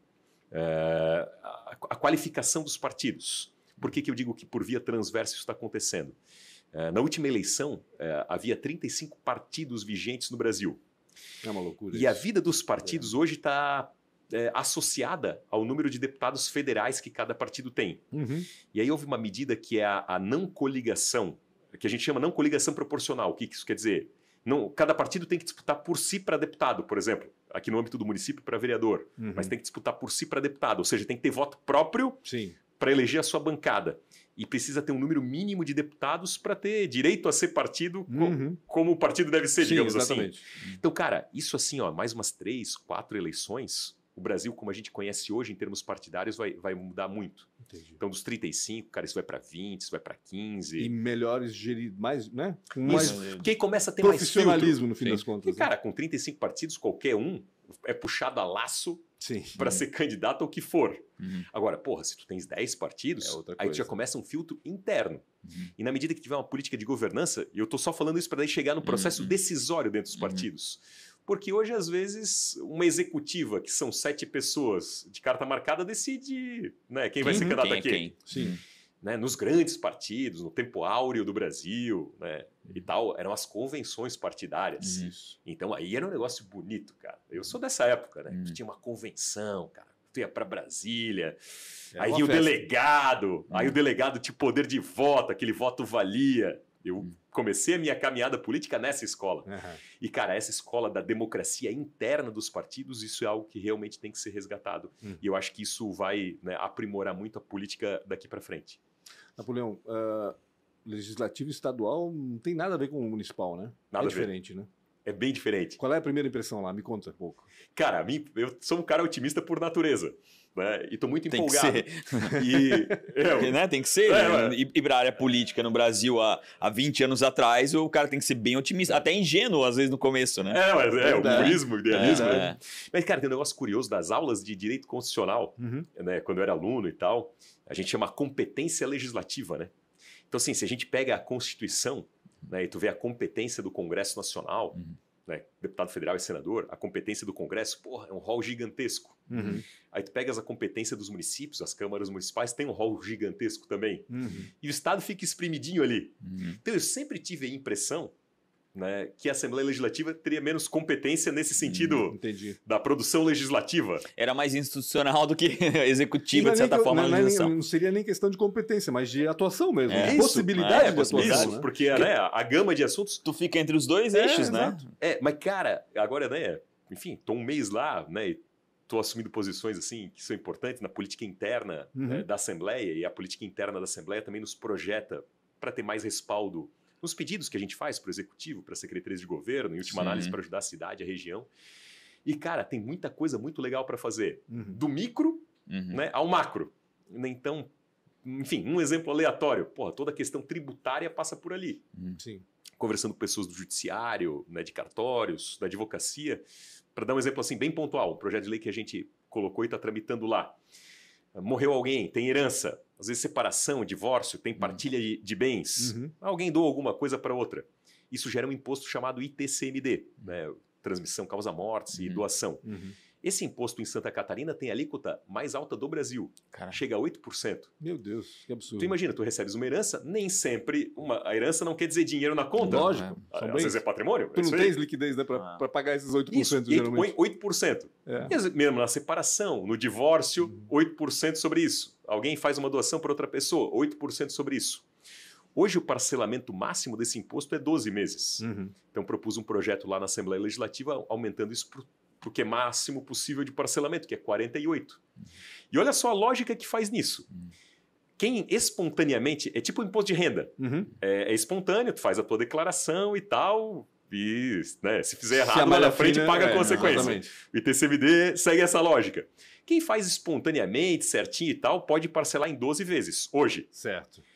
Speaker 3: É, a, a qualificação dos partidos. Por que, que eu digo que por via transversa isso está acontecendo? É, na última eleição, é, havia trinta e cinco partidos vigentes no Brasil.
Speaker 2: É uma loucura.
Speaker 3: E a
Speaker 2: isso.
Speaker 3: vida dos partidos hoje está é, associada ao número de deputados federais que cada partido tem.
Speaker 2: Uhum.
Speaker 3: E aí houve uma medida que é a, a não coligação, que a gente chama não coligação proporcional. O que que isso quer dizer? Não, cada partido tem que disputar por si para deputado, por exemplo, aqui no âmbito do município para vereador,
Speaker 2: Uhum.
Speaker 3: mas tem que disputar por si para deputado, ou seja, tem que ter voto próprio
Speaker 2: Sim.
Speaker 3: para eleger a sua bancada. E precisa ter um número mínimo de deputados para ter direito a ser partido co-
Speaker 2: Uhum.
Speaker 3: como o partido deve ser,
Speaker 2: Sim,
Speaker 3: digamos
Speaker 2: exatamente.
Speaker 3: assim. Então, cara, isso assim, ó, mais umas três, quatro eleições, o Brasil, como a gente conhece hoje em termos partidários, vai, vai mudar muito.
Speaker 2: Entendi.
Speaker 3: Então, dos trinta e cinco, cara, isso vai para vinte, isso vai para quinze.
Speaker 2: E melhores geridos, mais, né? Com
Speaker 3: Isso,
Speaker 2: mais
Speaker 3: porque aí começa a ter mais filtro.
Speaker 2: profissionalismo, no fim
Speaker 1: Sim.
Speaker 2: das contas.
Speaker 3: Porque, cara, com trinta e cinco partidos, qualquer um é puxado a laço
Speaker 2: né? Sim.
Speaker 3: para ser candidato ao que for.
Speaker 1: Uhum.
Speaker 3: Agora, porra, se tu tens dez partidos,
Speaker 2: É outra
Speaker 3: aí tu já
Speaker 2: coisa.
Speaker 3: começa um filtro interno.
Speaker 1: Uhum.
Speaker 3: E na medida que tiver uma política de governança, e eu estou só falando isso para daí chegar no processo
Speaker 1: Uhum.
Speaker 3: decisório dentro dos
Speaker 1: Uhum.
Speaker 3: partidos. Porque hoje, às vezes, uma executiva, que são sete pessoas de carta marcada, decide, né, quem vai ser
Speaker 1: Quem-
Speaker 3: candidato
Speaker 1: quem é
Speaker 3: aqui.
Speaker 1: quem?
Speaker 2: Sim.
Speaker 1: Uhum.
Speaker 3: Né, nos grandes partidos, no tempo áureo do Brasil, né, e tal, eram as convenções partidárias.
Speaker 1: Uhum.
Speaker 2: Isso.
Speaker 3: Então aí era um negócio bonito, cara. Eu sou dessa época, né?
Speaker 1: Hum.
Speaker 3: Tu tinha uma convenção, cara. Tu ia pra Brasília,
Speaker 2: Era
Speaker 3: aí
Speaker 2: uma
Speaker 3: o
Speaker 2: festa.
Speaker 3: delegado, aí
Speaker 1: Hum.
Speaker 3: o delegado tinha poder de voto, aquele voto valia. Eu
Speaker 1: Hum.
Speaker 3: comecei a minha caminhada política nessa escola.
Speaker 2: Aham.
Speaker 3: E, cara, essa escola da democracia interna dos partidos, isso é algo que realmente tem que ser resgatado.
Speaker 2: Hum.
Speaker 3: E eu acho que isso vai, né, aprimorar muito a política daqui pra frente.
Speaker 2: Napoleão, ah, legislativo estadual não tem nada a ver com o municipal, né?
Speaker 3: Nada
Speaker 2: é
Speaker 3: a ver.
Speaker 2: diferente, né?
Speaker 3: É bem diferente.
Speaker 2: Qual é a primeira impressão lá? Me conta um pouco.
Speaker 3: Cara, a mim, eu sou um cara otimista por natureza, né? E tô muito
Speaker 1: Tem que
Speaker 3: empolgado.
Speaker 1: ser.
Speaker 3: E, é,
Speaker 1: Porque, né? Tem que ser.
Speaker 3: É,
Speaker 1: né?
Speaker 3: é.
Speaker 1: E, e para a área política no Brasil há, há vinte anos atrás, o cara tem que ser bem otimista. Até ingênuo, às vezes, no começo, né?
Speaker 3: É, mas é, o
Speaker 2: Verdade.
Speaker 3: purismo, o idealismo.
Speaker 1: É,
Speaker 3: né?
Speaker 1: é.
Speaker 3: Mas, cara, tem um negócio curioso das aulas de direito constitucional,
Speaker 2: Uhum.
Speaker 3: né? Quando eu era aluno e tal, a gente chama competência legislativa, né? Então, assim, se a gente pega a Constituição, né, e tu vê a competência do Congresso Nacional,
Speaker 1: Uhum.
Speaker 3: né, deputado federal e senador, a competência do Congresso, porra, é um rol gigantesco.
Speaker 2: Uhum.
Speaker 3: Aí tu pegas a competência dos municípios, as câmaras municipais tem um rol gigantesco também.
Speaker 2: Uhum.
Speaker 3: E o Estado fica espremidinho ali.
Speaker 1: Uhum.
Speaker 3: Então eu sempre tive a impressão, né, que a Assembleia Legislativa teria menos competência nesse sentido
Speaker 2: Entendi.
Speaker 3: da produção legislativa.
Speaker 1: Era mais institucional do que
Speaker 2: E
Speaker 1: executiva,
Speaker 2: não é
Speaker 1: de
Speaker 2: nem
Speaker 1: certa
Speaker 2: que-
Speaker 1: forma,
Speaker 2: não,
Speaker 1: a
Speaker 2: não é nem-
Speaker 1: legislação.
Speaker 2: não seria nem questão de competência, mas de atuação mesmo.
Speaker 1: É.
Speaker 2: de
Speaker 3: Isso.
Speaker 2: possibilidade
Speaker 1: É,
Speaker 2: de
Speaker 1: possibilidade.
Speaker 2: atuação.
Speaker 3: Isso,
Speaker 2: né?
Speaker 3: porque né, a gama de assuntos...
Speaker 1: Tu fica entre os dois
Speaker 2: É,
Speaker 1: eixos, né?
Speaker 2: exato.
Speaker 3: É, mas cara, agora, né, enfim, tô um mês lá, né, e tô assumindo posições assim que são importantes na política interna
Speaker 2: Uhum.
Speaker 3: né, da Assembleia, e a política interna da Assembleia também nos projeta para ter mais respaldo nos pedidos que a gente faz para o Executivo, para secretarias de governo, em última
Speaker 1: Sim.
Speaker 3: análise para ajudar a cidade, a região. E, cara, tem muita coisa muito legal para fazer.
Speaker 2: Uhum.
Speaker 3: Do micro
Speaker 1: Uhum.
Speaker 3: né, ao macro. Então, enfim, um exemplo aleatório. Porra, toda a questão tributária passa por ali.
Speaker 2: Sim.
Speaker 3: Conversando com pessoas do judiciário, né, de cartórios, da advocacia. Para dar um exemplo assim bem pontual, um projeto de lei que a gente colocou e está tramitando lá. Morreu alguém, tem herança, às vezes separação, divórcio, tem partilha de, de bens.
Speaker 2: Uhum.
Speaker 3: Alguém doa alguma coisa para outra. Isso gera um imposto chamado I T C M D, né, transmissão, causa-mortes e
Speaker 1: Uhum.
Speaker 3: doação.
Speaker 2: Uhum.
Speaker 3: Esse imposto em Santa Catarina tem a alíquota mais alta do Brasil,
Speaker 1: Cara,
Speaker 3: chega a oito por cento.
Speaker 2: Meu Deus, que absurdo.
Speaker 3: Tu imagina, tu recebes uma herança, nem sempre uma, a herança não quer dizer dinheiro na conta.
Speaker 2: Lógico.
Speaker 3: Às
Speaker 2: São
Speaker 3: vezes
Speaker 2: bens.
Speaker 3: é patrimônio.
Speaker 2: Tu
Speaker 3: é
Speaker 2: não
Speaker 3: isso aí.
Speaker 2: tens liquidez né, para
Speaker 1: Ah.
Speaker 2: pagar esses oito por
Speaker 3: Isso,
Speaker 2: cento,
Speaker 3: e aí tu
Speaker 2: geralmente.
Speaker 3: põe oito por cento.
Speaker 2: É.
Speaker 3: E às vezes, mesmo na separação, no divórcio,
Speaker 2: Uhum.
Speaker 3: oito por cento sobre isso. Alguém faz uma doação para outra pessoa, oito por cento sobre isso. Hoje o parcelamento máximo desse imposto é doze meses.
Speaker 2: Uhum.
Speaker 3: Então propus um projeto lá na Assembleia Legislativa aumentando isso para o que é máximo possível de parcelamento, que é quarenta e oito. E olha só a lógica que faz nisso.
Speaker 1: Uhum.
Speaker 3: Quem espontaneamente, é tipo o imposto de renda,
Speaker 2: Uhum.
Speaker 3: é, é espontâneo, tu faz a tua declaração e tal, e né, se fizer
Speaker 2: Se a
Speaker 3: errado lá
Speaker 2: malha
Speaker 3: na frente
Speaker 2: fina,
Speaker 3: paga a
Speaker 2: é,
Speaker 3: consequência.
Speaker 2: exatamente.
Speaker 3: O I T C M D segue essa lógica. Quem faz espontaneamente, certinho e tal, pode parcelar em doze vezes, hoje.
Speaker 2: Certo.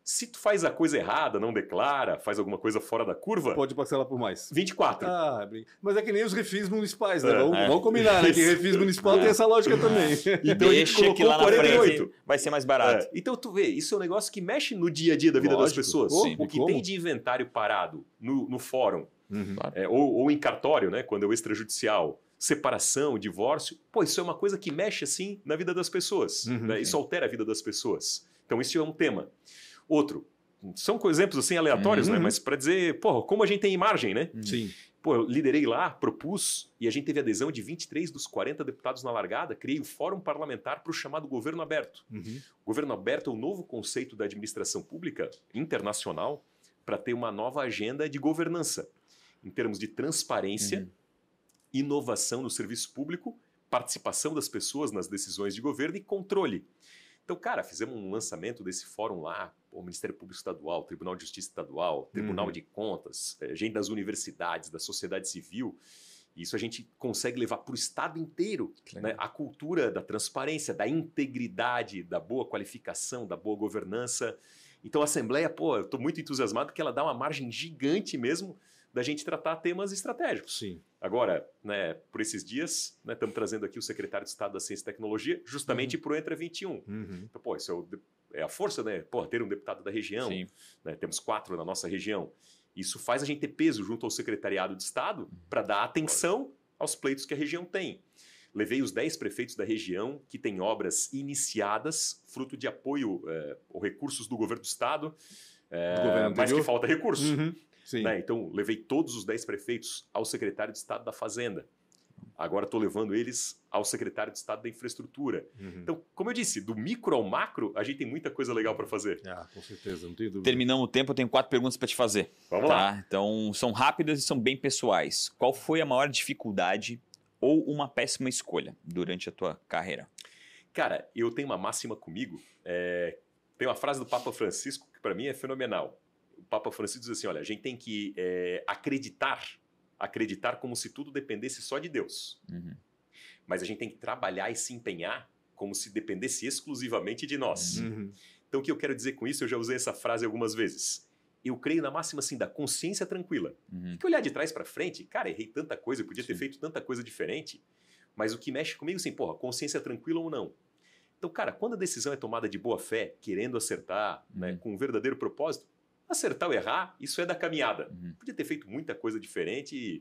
Speaker 3: Se tu faz a coisa errada, não declara, faz alguma coisa fora da curva,
Speaker 2: Pode parcelar por mais.
Speaker 3: vinte e quatro.
Speaker 2: Ah, brin- mas é que nem os refis municipais, né?
Speaker 3: É,
Speaker 2: vamos,
Speaker 1: é.
Speaker 2: vamos combinar, né? Que
Speaker 3: Isso.
Speaker 2: refis municipal
Speaker 1: É.
Speaker 2: tem essa lógica também.
Speaker 1: E
Speaker 3: Então a gente
Speaker 1: deixa que
Speaker 3: colocou
Speaker 1: lá na
Speaker 3: quarenta e
Speaker 1: frente
Speaker 3: oito.
Speaker 1: vai ser mais barato.
Speaker 3: É, então tu vê, isso é um negócio que mexe no dia a dia da vida
Speaker 2: Lógico.
Speaker 3: das pessoas.
Speaker 2: Pô,
Speaker 3: O
Speaker 2: e
Speaker 3: que
Speaker 2: como?
Speaker 3: tem de inventário parado no, no fórum,
Speaker 2: Uhum.
Speaker 3: é, ou, ou em cartório, né, quando é o extrajudicial, separação, divórcio, pô, isso é uma coisa que mexe assim na vida das pessoas.
Speaker 2: Uhum,
Speaker 3: né? Isso altera a vida das pessoas. Então isso é um tema. Outro, são exemplos assim aleatórios,
Speaker 2: Uhum.
Speaker 3: né, mas para dizer, pô, como a gente tem margem, né?
Speaker 2: Sim.
Speaker 3: Pô, eu liderei lá, propus, e a gente teve adesão de vinte e três dos quarenta deputados na largada, criei o Fórum Parlamentar para o chamado Governo Aberto.
Speaker 2: Uhum.
Speaker 3: O Governo Aberto é o novo conceito da administração pública internacional para ter uma nova agenda de governança, em termos de transparência,
Speaker 1: Uhum.
Speaker 3: inovação no serviço público, participação das pessoas nas decisões de governo e controle. Então, cara, fizemos um lançamento desse fórum lá, o Ministério Público Estadual, Tribunal de Justiça Estadual, Tribunal
Speaker 2: Uhum.
Speaker 3: de Contas, eh, gente das universidades, da sociedade civil. E isso a gente consegue levar para o Estado inteiro,
Speaker 1: Que legal.
Speaker 3: né? A cultura da transparência, da integridade, da boa qualificação, da boa governança. Então, a Assembleia, pô, eu estou muito entusiasmado porque ela dá uma margem gigante mesmo da gente tratar temas estratégicos.
Speaker 2: Sim.
Speaker 3: Agora, né, por esses dias, né, estamos trazendo aqui o secretário de Estado da Ciência e Tecnologia, justamente para o Entra vinte e um.
Speaker 2: Uhum.
Speaker 3: Então, pô, isso é, o, é a força, né? Pô, ter um deputado da região,
Speaker 1: Sim.
Speaker 3: né, temos quatro na nossa região. Isso faz a gente ter peso junto ao secretariado de Estado para dar atenção aos pleitos que a região tem. Levei os dez prefeitos da região que têm obras iniciadas, fruto de apoio é, ou recursos do governo do Estado, é,
Speaker 2: Do governo
Speaker 3: mas que
Speaker 2: anterior?
Speaker 3: falta recurso.
Speaker 2: Uhum. Sim.
Speaker 3: Né? Então, levei todos os dez prefeitos ao secretário de Estado da Fazenda. Agora estou levando eles ao secretário de Estado da Infraestrutura.
Speaker 2: Uhum.
Speaker 3: Então, como eu disse, do micro ao macro, a gente tem muita coisa legal para fazer.
Speaker 2: Ah, com certeza, não tenho dúvida.
Speaker 1: Terminamos o tempo, eu tenho quatro perguntas para te fazer.
Speaker 3: Vamos lá.
Speaker 1: Tá? Então, são rápidas e são bem pessoais. Qual foi a maior dificuldade ou uma péssima escolha durante a tua carreira?
Speaker 3: Cara, eu tenho uma máxima comigo. é, Tem uma frase do Papa Francisco que para mim é fenomenal. O Papa Francisco diz assim, olha, a gente tem que é, acreditar, acreditar como se tudo dependesse só de Deus.
Speaker 1: Uhum.
Speaker 3: Mas a gente tem que trabalhar e se empenhar como se dependesse exclusivamente de nós.
Speaker 2: Uhum.
Speaker 3: Então, o que eu quero dizer com isso, eu já usei essa frase algumas vezes. Eu creio na máxima assim, da consciência tranquila.
Speaker 1: Uhum.
Speaker 3: Porque olhar de trás para frente, cara, errei tanta coisa, eu podia ter
Speaker 1: Sim.
Speaker 3: feito tanta coisa diferente, mas o que mexe comigo, assim, porra, consciência tranquila ou não? Então, cara, quando a decisão é tomada de boa fé, querendo acertar,
Speaker 1: Uhum.
Speaker 3: né, com um verdadeiro propósito, acertar ou errar, isso é da caminhada.
Speaker 1: Uhum.
Speaker 3: Podia ter feito muita coisa diferente e,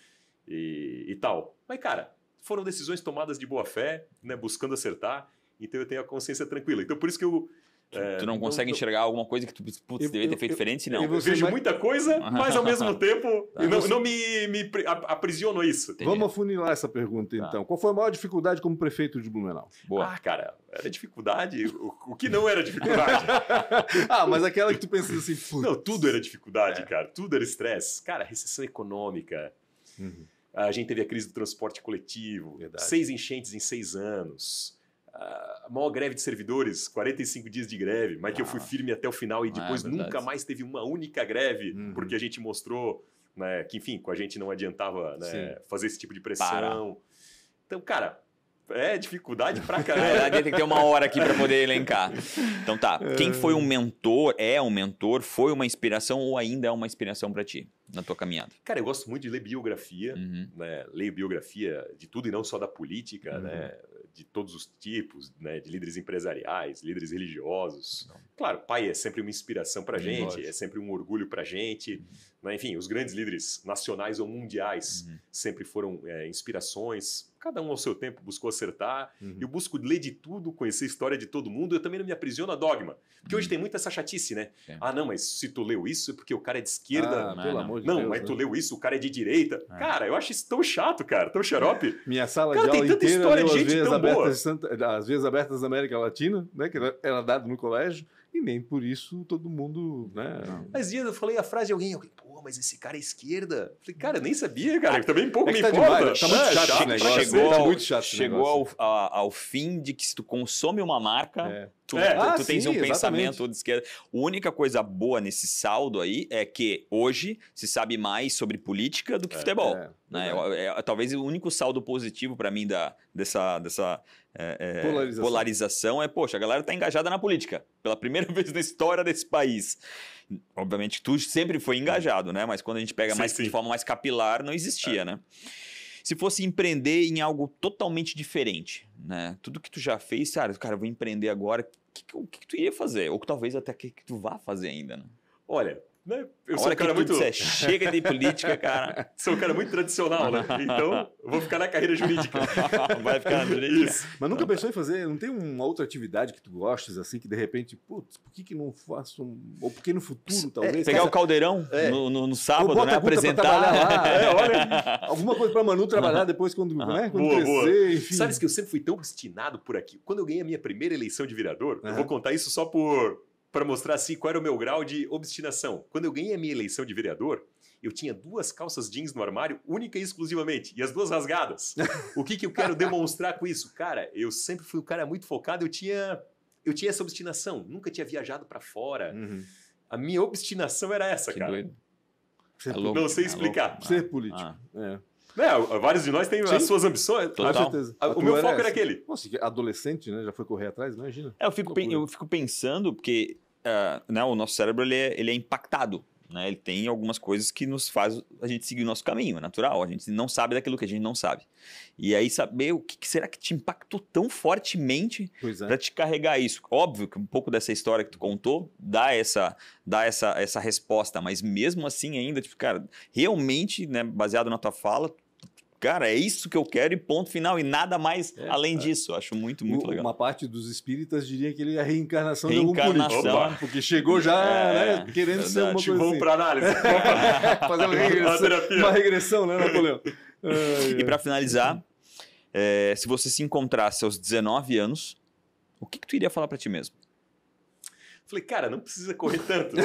Speaker 3: e, e tal. Mas, cara, foram decisões tomadas de boa fé, né, buscando acertar, então eu tenho a consciência tranquila. Então, por isso que eu... é,
Speaker 1: Tu não consegue enxergar alguma coisa que tu putz,
Speaker 2: Eu-
Speaker 1: deveria ter
Speaker 2: eu-
Speaker 1: feito
Speaker 2: eu-
Speaker 1: diferente? Não.
Speaker 2: eu
Speaker 3: Eu
Speaker 2: Você
Speaker 3: vejo
Speaker 2: vai-
Speaker 3: muita coisa, mas ao mesmo tempo
Speaker 1: Tá.
Speaker 3: eu não,
Speaker 2: Você-
Speaker 3: não me, me pri- ap- aprisiono a isso.
Speaker 1: Entendi.
Speaker 2: Vamos afunilar essa pergunta,
Speaker 1: Tá.
Speaker 2: então. Qual foi a maior dificuldade como prefeito de Blumenau?
Speaker 1: Boa.
Speaker 3: Ah, cara, era dificuldade. O, o que não era dificuldade?
Speaker 2: Ah, mas aquela que tu pensa assim, putz.
Speaker 3: Não, tudo era dificuldade,
Speaker 1: É.
Speaker 3: cara. Tudo era estresse. Cara, recessão econômica.
Speaker 2: Uhum.
Speaker 3: A gente teve a crise do transporte coletivo.
Speaker 2: Verdade.
Speaker 3: Seis enchentes em seis anos. A maior greve de servidores, quarenta e cinco dias de greve, mas que eu fui
Speaker 1: Ah.
Speaker 3: firme até o final e
Speaker 1: Ah,
Speaker 3: depois
Speaker 1: é verdade.
Speaker 3: nunca mais teve uma única greve,
Speaker 2: Uhum.
Speaker 3: porque a gente mostrou, né, que, enfim, com a gente não adiantava, né,
Speaker 2: Sim.
Speaker 3: fazer esse tipo de pressão.
Speaker 1: Para.
Speaker 3: Então, cara, é dificuldade pra
Speaker 1: Na
Speaker 3: caramba.
Speaker 1: verdade, tem que ter uma hora aqui para poder elencar. Então tá, quem foi
Speaker 2: É.
Speaker 1: um mentor, é um mentor, foi uma inspiração ou ainda é uma inspiração para ti na tua caminhada?
Speaker 3: Cara, eu gosto muito de ler biografia,
Speaker 1: Uhum.
Speaker 3: né? Leio biografia de tudo e não só da política,
Speaker 2: Uhum.
Speaker 3: né? De todos os tipos, né? De líderes empresariais, líderes religiosos.
Speaker 1: Legal.
Speaker 3: Claro, pai é sempre uma inspiração pra
Speaker 2: Sim,
Speaker 3: gente,
Speaker 2: lógico.
Speaker 3: é sempre um orgulho pra gente. Né? Enfim, os grandes líderes nacionais ou mundiais
Speaker 1: Uhum.
Speaker 3: sempre foram é, inspirações. Cada um ao seu tempo buscou acertar.
Speaker 2: Uhum.
Speaker 3: Eu busco ler de tudo, conhecer a história de todo mundo. Eu também não me aprisiono a dogma. Porque hoje
Speaker 1: Uhum.
Speaker 3: tem muita essa chatice, né?
Speaker 1: Sim.
Speaker 3: Ah, não, mas se tu leu isso é porque o cara é de esquerda.
Speaker 2: Ah,
Speaker 1: Não,
Speaker 2: pelo
Speaker 1: não.
Speaker 2: amor de
Speaker 3: Não,
Speaker 2: Deus.
Speaker 3: mas
Speaker 2: né?
Speaker 3: tu leu isso, o cara é de direita.
Speaker 1: É.
Speaker 3: Cara, eu acho isso tão chato, cara, tão xarope.
Speaker 2: Minha sala
Speaker 3: Cara,
Speaker 2: de
Speaker 3: tem
Speaker 2: aula
Speaker 3: tanta
Speaker 2: inteira
Speaker 3: história
Speaker 2: leu
Speaker 3: de
Speaker 2: as
Speaker 3: gente
Speaker 2: vias
Speaker 3: tão
Speaker 2: abertas
Speaker 3: boa.
Speaker 2: de Santa- as vias abertas da América Latina, né, que era, era dado no colégio, e nem por isso todo mundo, né?
Speaker 3: Mas dias eu falei a frase de alguém, alguém, pô, mas esse cara é esquerda. Eu falei, cara, nem sabia, cara, eu também pouco
Speaker 2: É que
Speaker 3: me
Speaker 2: tá
Speaker 3: importa.
Speaker 2: demais, tá muito
Speaker 3: É,
Speaker 2: chato esse
Speaker 3: pra
Speaker 2: negócio,
Speaker 3: cacete.
Speaker 1: Chegou,
Speaker 2: tá
Speaker 1: ao,
Speaker 2: muito chato esse
Speaker 1: chegou ao,
Speaker 2: negócio.
Speaker 1: a- ao fim de que se tu consome uma marca,
Speaker 2: É.
Speaker 1: Tu,
Speaker 3: É.
Speaker 1: tu- tu
Speaker 2: Ah,
Speaker 1: tens
Speaker 2: sim,
Speaker 1: um
Speaker 2: exatamente.
Speaker 1: pensamento de esquerda. A única coisa boa nesse saldo aí é que hoje se sabe mais sobre política do que futebol.
Speaker 2: É,
Speaker 1: Né?
Speaker 2: verdade.
Speaker 1: É, é, talvez o único saldo positivo para mim da, dessa, dessa é, é,
Speaker 2: Polarização.
Speaker 1: polarização é, poxa, a galera tá engajada na política. Pela primeira vez na história desse país. Obviamente, tu sempre foi engajado, né? Mas quando a gente pega
Speaker 3: Sim,
Speaker 1: mais
Speaker 3: sim.
Speaker 1: de forma mais capilar, não existia, né? Se fosse empreender em algo totalmente diferente, né? Tudo que tu já fez, cara, cara, eu vou empreender agora, o que, que, o que que tu iria fazer? Ou talvez até o que, que tu vá fazer ainda, né?
Speaker 3: Olha, né, eu
Speaker 1: A
Speaker 3: sou
Speaker 1: hora
Speaker 3: um cara
Speaker 1: que tu
Speaker 3: muito...
Speaker 1: disser, chega de política, cara,
Speaker 3: Sou um cara muito tradicional, né? Então, eu vou ficar na carreira jurídica.
Speaker 1: vai ficar na jurídica.
Speaker 3: Isso.
Speaker 2: Mas nunca pensou em fazer, não tem uma outra atividade que tu gostes, assim, que de repente, putz, por que que não faço, um, ou por que no futuro, talvez?
Speaker 1: Pegar
Speaker 2: Cara,
Speaker 1: o caldeirão
Speaker 2: É.
Speaker 1: no, no, no
Speaker 2: ou
Speaker 1: sábado,
Speaker 2: bota
Speaker 1: né?
Speaker 2: a Guta pra
Speaker 1: Apresentar.
Speaker 2: trabalhar lá, é, olha, alguma coisa pra Manu trabalhar depois quando, né, quando
Speaker 3: Boa,
Speaker 2: crescer,
Speaker 3: boa.
Speaker 2: enfim.
Speaker 3: Sabes que eu sempre fui tão obstinado por aqui. Quando eu ganhei a minha primeira eleição de vereador, eu
Speaker 2: Aham.
Speaker 3: vou contar isso só por para mostrar assim qual era o meu grau de obstinação. Quando eu ganhei a minha eleição de vereador, eu tinha duas calças jeans no armário, única e exclusivamente, e as duas rasgadas. O que, que eu quero demonstrar com isso? Cara, eu sempre fui um cara muito focado, eu tinha, eu tinha essa obstinação, nunca tinha viajado para fora.
Speaker 2: Uhum.
Speaker 3: A minha obstinação era essa,
Speaker 1: Que
Speaker 3: cara.
Speaker 1: doido.
Speaker 2: Ser,
Speaker 1: É
Speaker 2: político.
Speaker 1: louco,
Speaker 3: Não sei
Speaker 1: é
Speaker 3: explicar.
Speaker 1: louco.
Speaker 2: Ser
Speaker 1: Ah,
Speaker 2: político.
Speaker 1: ah.
Speaker 2: É.
Speaker 3: Né, vários de nós têm
Speaker 2: Sim.
Speaker 3: as suas ambições.
Speaker 1: Total.
Speaker 2: Com certeza.
Speaker 3: A-
Speaker 2: A
Speaker 3: o
Speaker 2: tua
Speaker 3: meu
Speaker 2: era
Speaker 3: foco era
Speaker 2: essa.
Speaker 3: aquele.
Speaker 2: Nossa, que adolescente, né? Já foi correr atrás, imagina.
Speaker 1: É, eu, fico, pen- eu fico pensando, porque ah, né, o nosso cérebro ele é, ele é impactado. Né? Ele tem algumas coisas que nos faz a gente seguir o nosso caminho, é natural. A gente não sabe daquilo que a gente não sabe. E aí saber o que, que será que te impactou tão fortemente
Speaker 2: Pois é.
Speaker 1: para te carregar isso. Óbvio que um pouco dessa história que tu contou dá essa, dá essa, essa resposta, mas mesmo assim ainda, tipo, cara, realmente, né, baseado na tua fala, cara, é isso que eu quero e ponto final, e nada mais
Speaker 2: É,
Speaker 1: além disso. Eu acho muito, muito
Speaker 2: O-
Speaker 1: legal.
Speaker 2: Uma parte dos espíritas diria que ele é a reencarnação, de algum
Speaker 1: Reencarnação.
Speaker 2: político.
Speaker 3: Opa.
Speaker 2: Porque chegou já,
Speaker 1: É,
Speaker 2: né, querendo ser uma
Speaker 1: verdade.
Speaker 2: coisa
Speaker 3: Vamos
Speaker 2: assim.
Speaker 3: para análise.
Speaker 2: Fazer uma
Speaker 3: Uma
Speaker 2: regressão,
Speaker 3: terapia.
Speaker 2: uma regressão, né, Napoleão? Ai,
Speaker 1: E
Speaker 2: ai.
Speaker 1: para finalizar, é, se você se encontrasse aos dezenove anos, o que, que tu iria falar para ti mesmo?
Speaker 3: Falei, cara, não precisa correr tanto.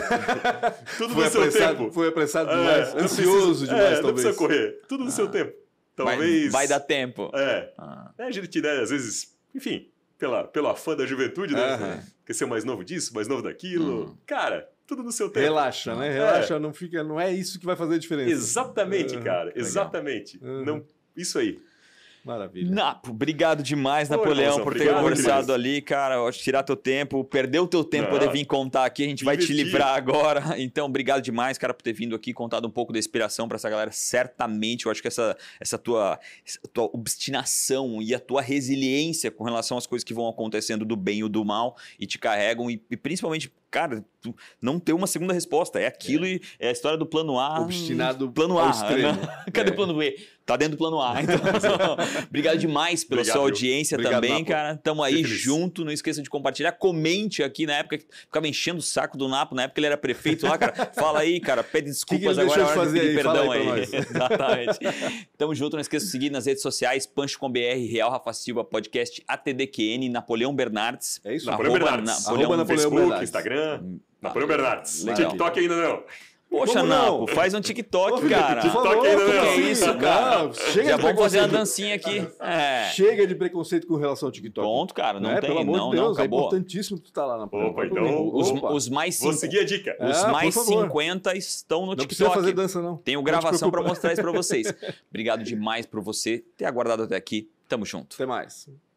Speaker 3: Tudo
Speaker 2: Foi
Speaker 3: no seu
Speaker 2: apressado,
Speaker 3: tempo.
Speaker 2: foi apressado
Speaker 3: É,
Speaker 2: demais,
Speaker 3: não
Speaker 2: ansioso
Speaker 3: precisa-
Speaker 2: demais,
Speaker 3: é, Não
Speaker 2: talvez.
Speaker 3: precisa correr. Tudo no seu
Speaker 1: Ah.
Speaker 3: tempo.
Speaker 1: Vai-
Speaker 3: Talvez.
Speaker 1: Vai, dar tempo.
Speaker 3: É.
Speaker 1: Ah,
Speaker 3: É, a gente, né, às vezes, enfim, pela, pelo afã da juventude, né?
Speaker 2: Aham.
Speaker 3: Quer ser mais novo disso, mais novo daquilo.
Speaker 1: Hum.
Speaker 3: Cara, tudo no seu tempo.
Speaker 2: Relaxa, né? Relaxa, não fica, não é isso que vai fazer a diferença.
Speaker 3: Exatamente,
Speaker 2: Aham.
Speaker 3: cara.
Speaker 1: legal.
Speaker 3: Exatamente.
Speaker 2: Uhum.
Speaker 3: Não, isso aí.
Speaker 2: Maravilha.
Speaker 1: Napo, obrigado demais,
Speaker 3: Oi,
Speaker 1: Napoleão,
Speaker 3: irmãozão,
Speaker 1: por ter
Speaker 3: obrigado,
Speaker 1: conversado
Speaker 3: querido.
Speaker 1: ali, cara. Eu acho que tirar teu tempo, perdeu teu tempo
Speaker 3: Não.
Speaker 1: poder vir contar aqui. A gente vai te
Speaker 3: Investir.
Speaker 1: livrar agora. Então, obrigado demais, cara, por ter vindo aqui, contado um pouco da inspiração para essa galera. Certamente, eu acho que essa, essa tua, essa tua obstinação e a tua resiliência com relação às coisas que vão acontecendo do bem ou do mal e te carregam, e, e principalmente, cara, tu não ter uma segunda resposta. É aquilo e é a história do plano A.
Speaker 2: Obstinado
Speaker 1: plano
Speaker 2: ao
Speaker 1: A.
Speaker 2: extremo.
Speaker 1: né? Cadê
Speaker 2: É.
Speaker 1: o plano B? Tá dentro do plano A. Então, obrigado demais pela
Speaker 3: Obrigado,
Speaker 1: sua
Speaker 3: viu?
Speaker 1: audiência
Speaker 2: Obrigado,
Speaker 1: também,
Speaker 2: Napo.
Speaker 1: cara. Tamo aí
Speaker 3: Fiquei feliz.
Speaker 1: junto. Não esqueça de compartilhar. Comente aqui na época que ficava enchendo o saco do Napo. Na época ele era prefeito lá, cara. Fala aí, cara. Pede desculpas
Speaker 2: ele
Speaker 1: agora.
Speaker 2: deixou
Speaker 1: É
Speaker 2: de
Speaker 1: hora de
Speaker 2: fazer
Speaker 1: pedir
Speaker 2: aí? Fala
Speaker 1: perdão
Speaker 2: aí
Speaker 1: aí.
Speaker 2: pra
Speaker 1: Exatamente. Tamo junto. Não esqueça de seguir nas redes sociais. Pancho com B R, Real Rafa Silva, podcast A T D Q N, Napoleão Bernardes.
Speaker 2: É isso?
Speaker 3: Napoleão
Speaker 1: Arroba
Speaker 3: Bernardes.
Speaker 1: Napoleão
Speaker 2: Arroba Napoleão
Speaker 3: Facebook,
Speaker 2: Bernardes.
Speaker 3: Instagram. Napoleão Bernardes.
Speaker 1: Legal.
Speaker 3: TikTok ainda não.
Speaker 1: Poxa,
Speaker 2: Como não?
Speaker 1: Napo, faz um TikTok,
Speaker 2: Ô, Felipe,
Speaker 1: cara.
Speaker 2: por favor,
Speaker 3: TikTok ainda
Speaker 2: como
Speaker 3: não.
Speaker 2: assim?
Speaker 1: Que isso, cara?
Speaker 2: Não, chega
Speaker 1: Já
Speaker 2: de
Speaker 1: vamos fazer uma
Speaker 2: preconceito.
Speaker 1: dancinha aqui. É.
Speaker 2: Chega de preconceito com relação ao TikTok.
Speaker 1: Ponto, cara. Não
Speaker 2: Né?
Speaker 1: tem,
Speaker 2: Pelo amor
Speaker 1: não,
Speaker 2: de Deus,
Speaker 1: não,
Speaker 2: é
Speaker 1: acabou.
Speaker 2: importantíssimo tu estar lá na prova.
Speaker 3: Opa,
Speaker 2: Vai
Speaker 3: então,
Speaker 2: comigo.
Speaker 1: Os,
Speaker 2: Opa.
Speaker 1: os mais
Speaker 3: Vou
Speaker 1: cinco-
Speaker 3: seguir a dica.
Speaker 1: Os
Speaker 2: Ah, por
Speaker 1: mais
Speaker 2: favor.
Speaker 1: cinquenta estão no
Speaker 2: Não precisa
Speaker 1: TikTok.
Speaker 2: fazer dança, não.
Speaker 1: Tenho
Speaker 2: Não te
Speaker 1: gravação para
Speaker 2: preocupa.
Speaker 1: mostrar isso para vocês. Obrigado demais por você ter aguardado até aqui. Tamo junto.
Speaker 2: Até mais.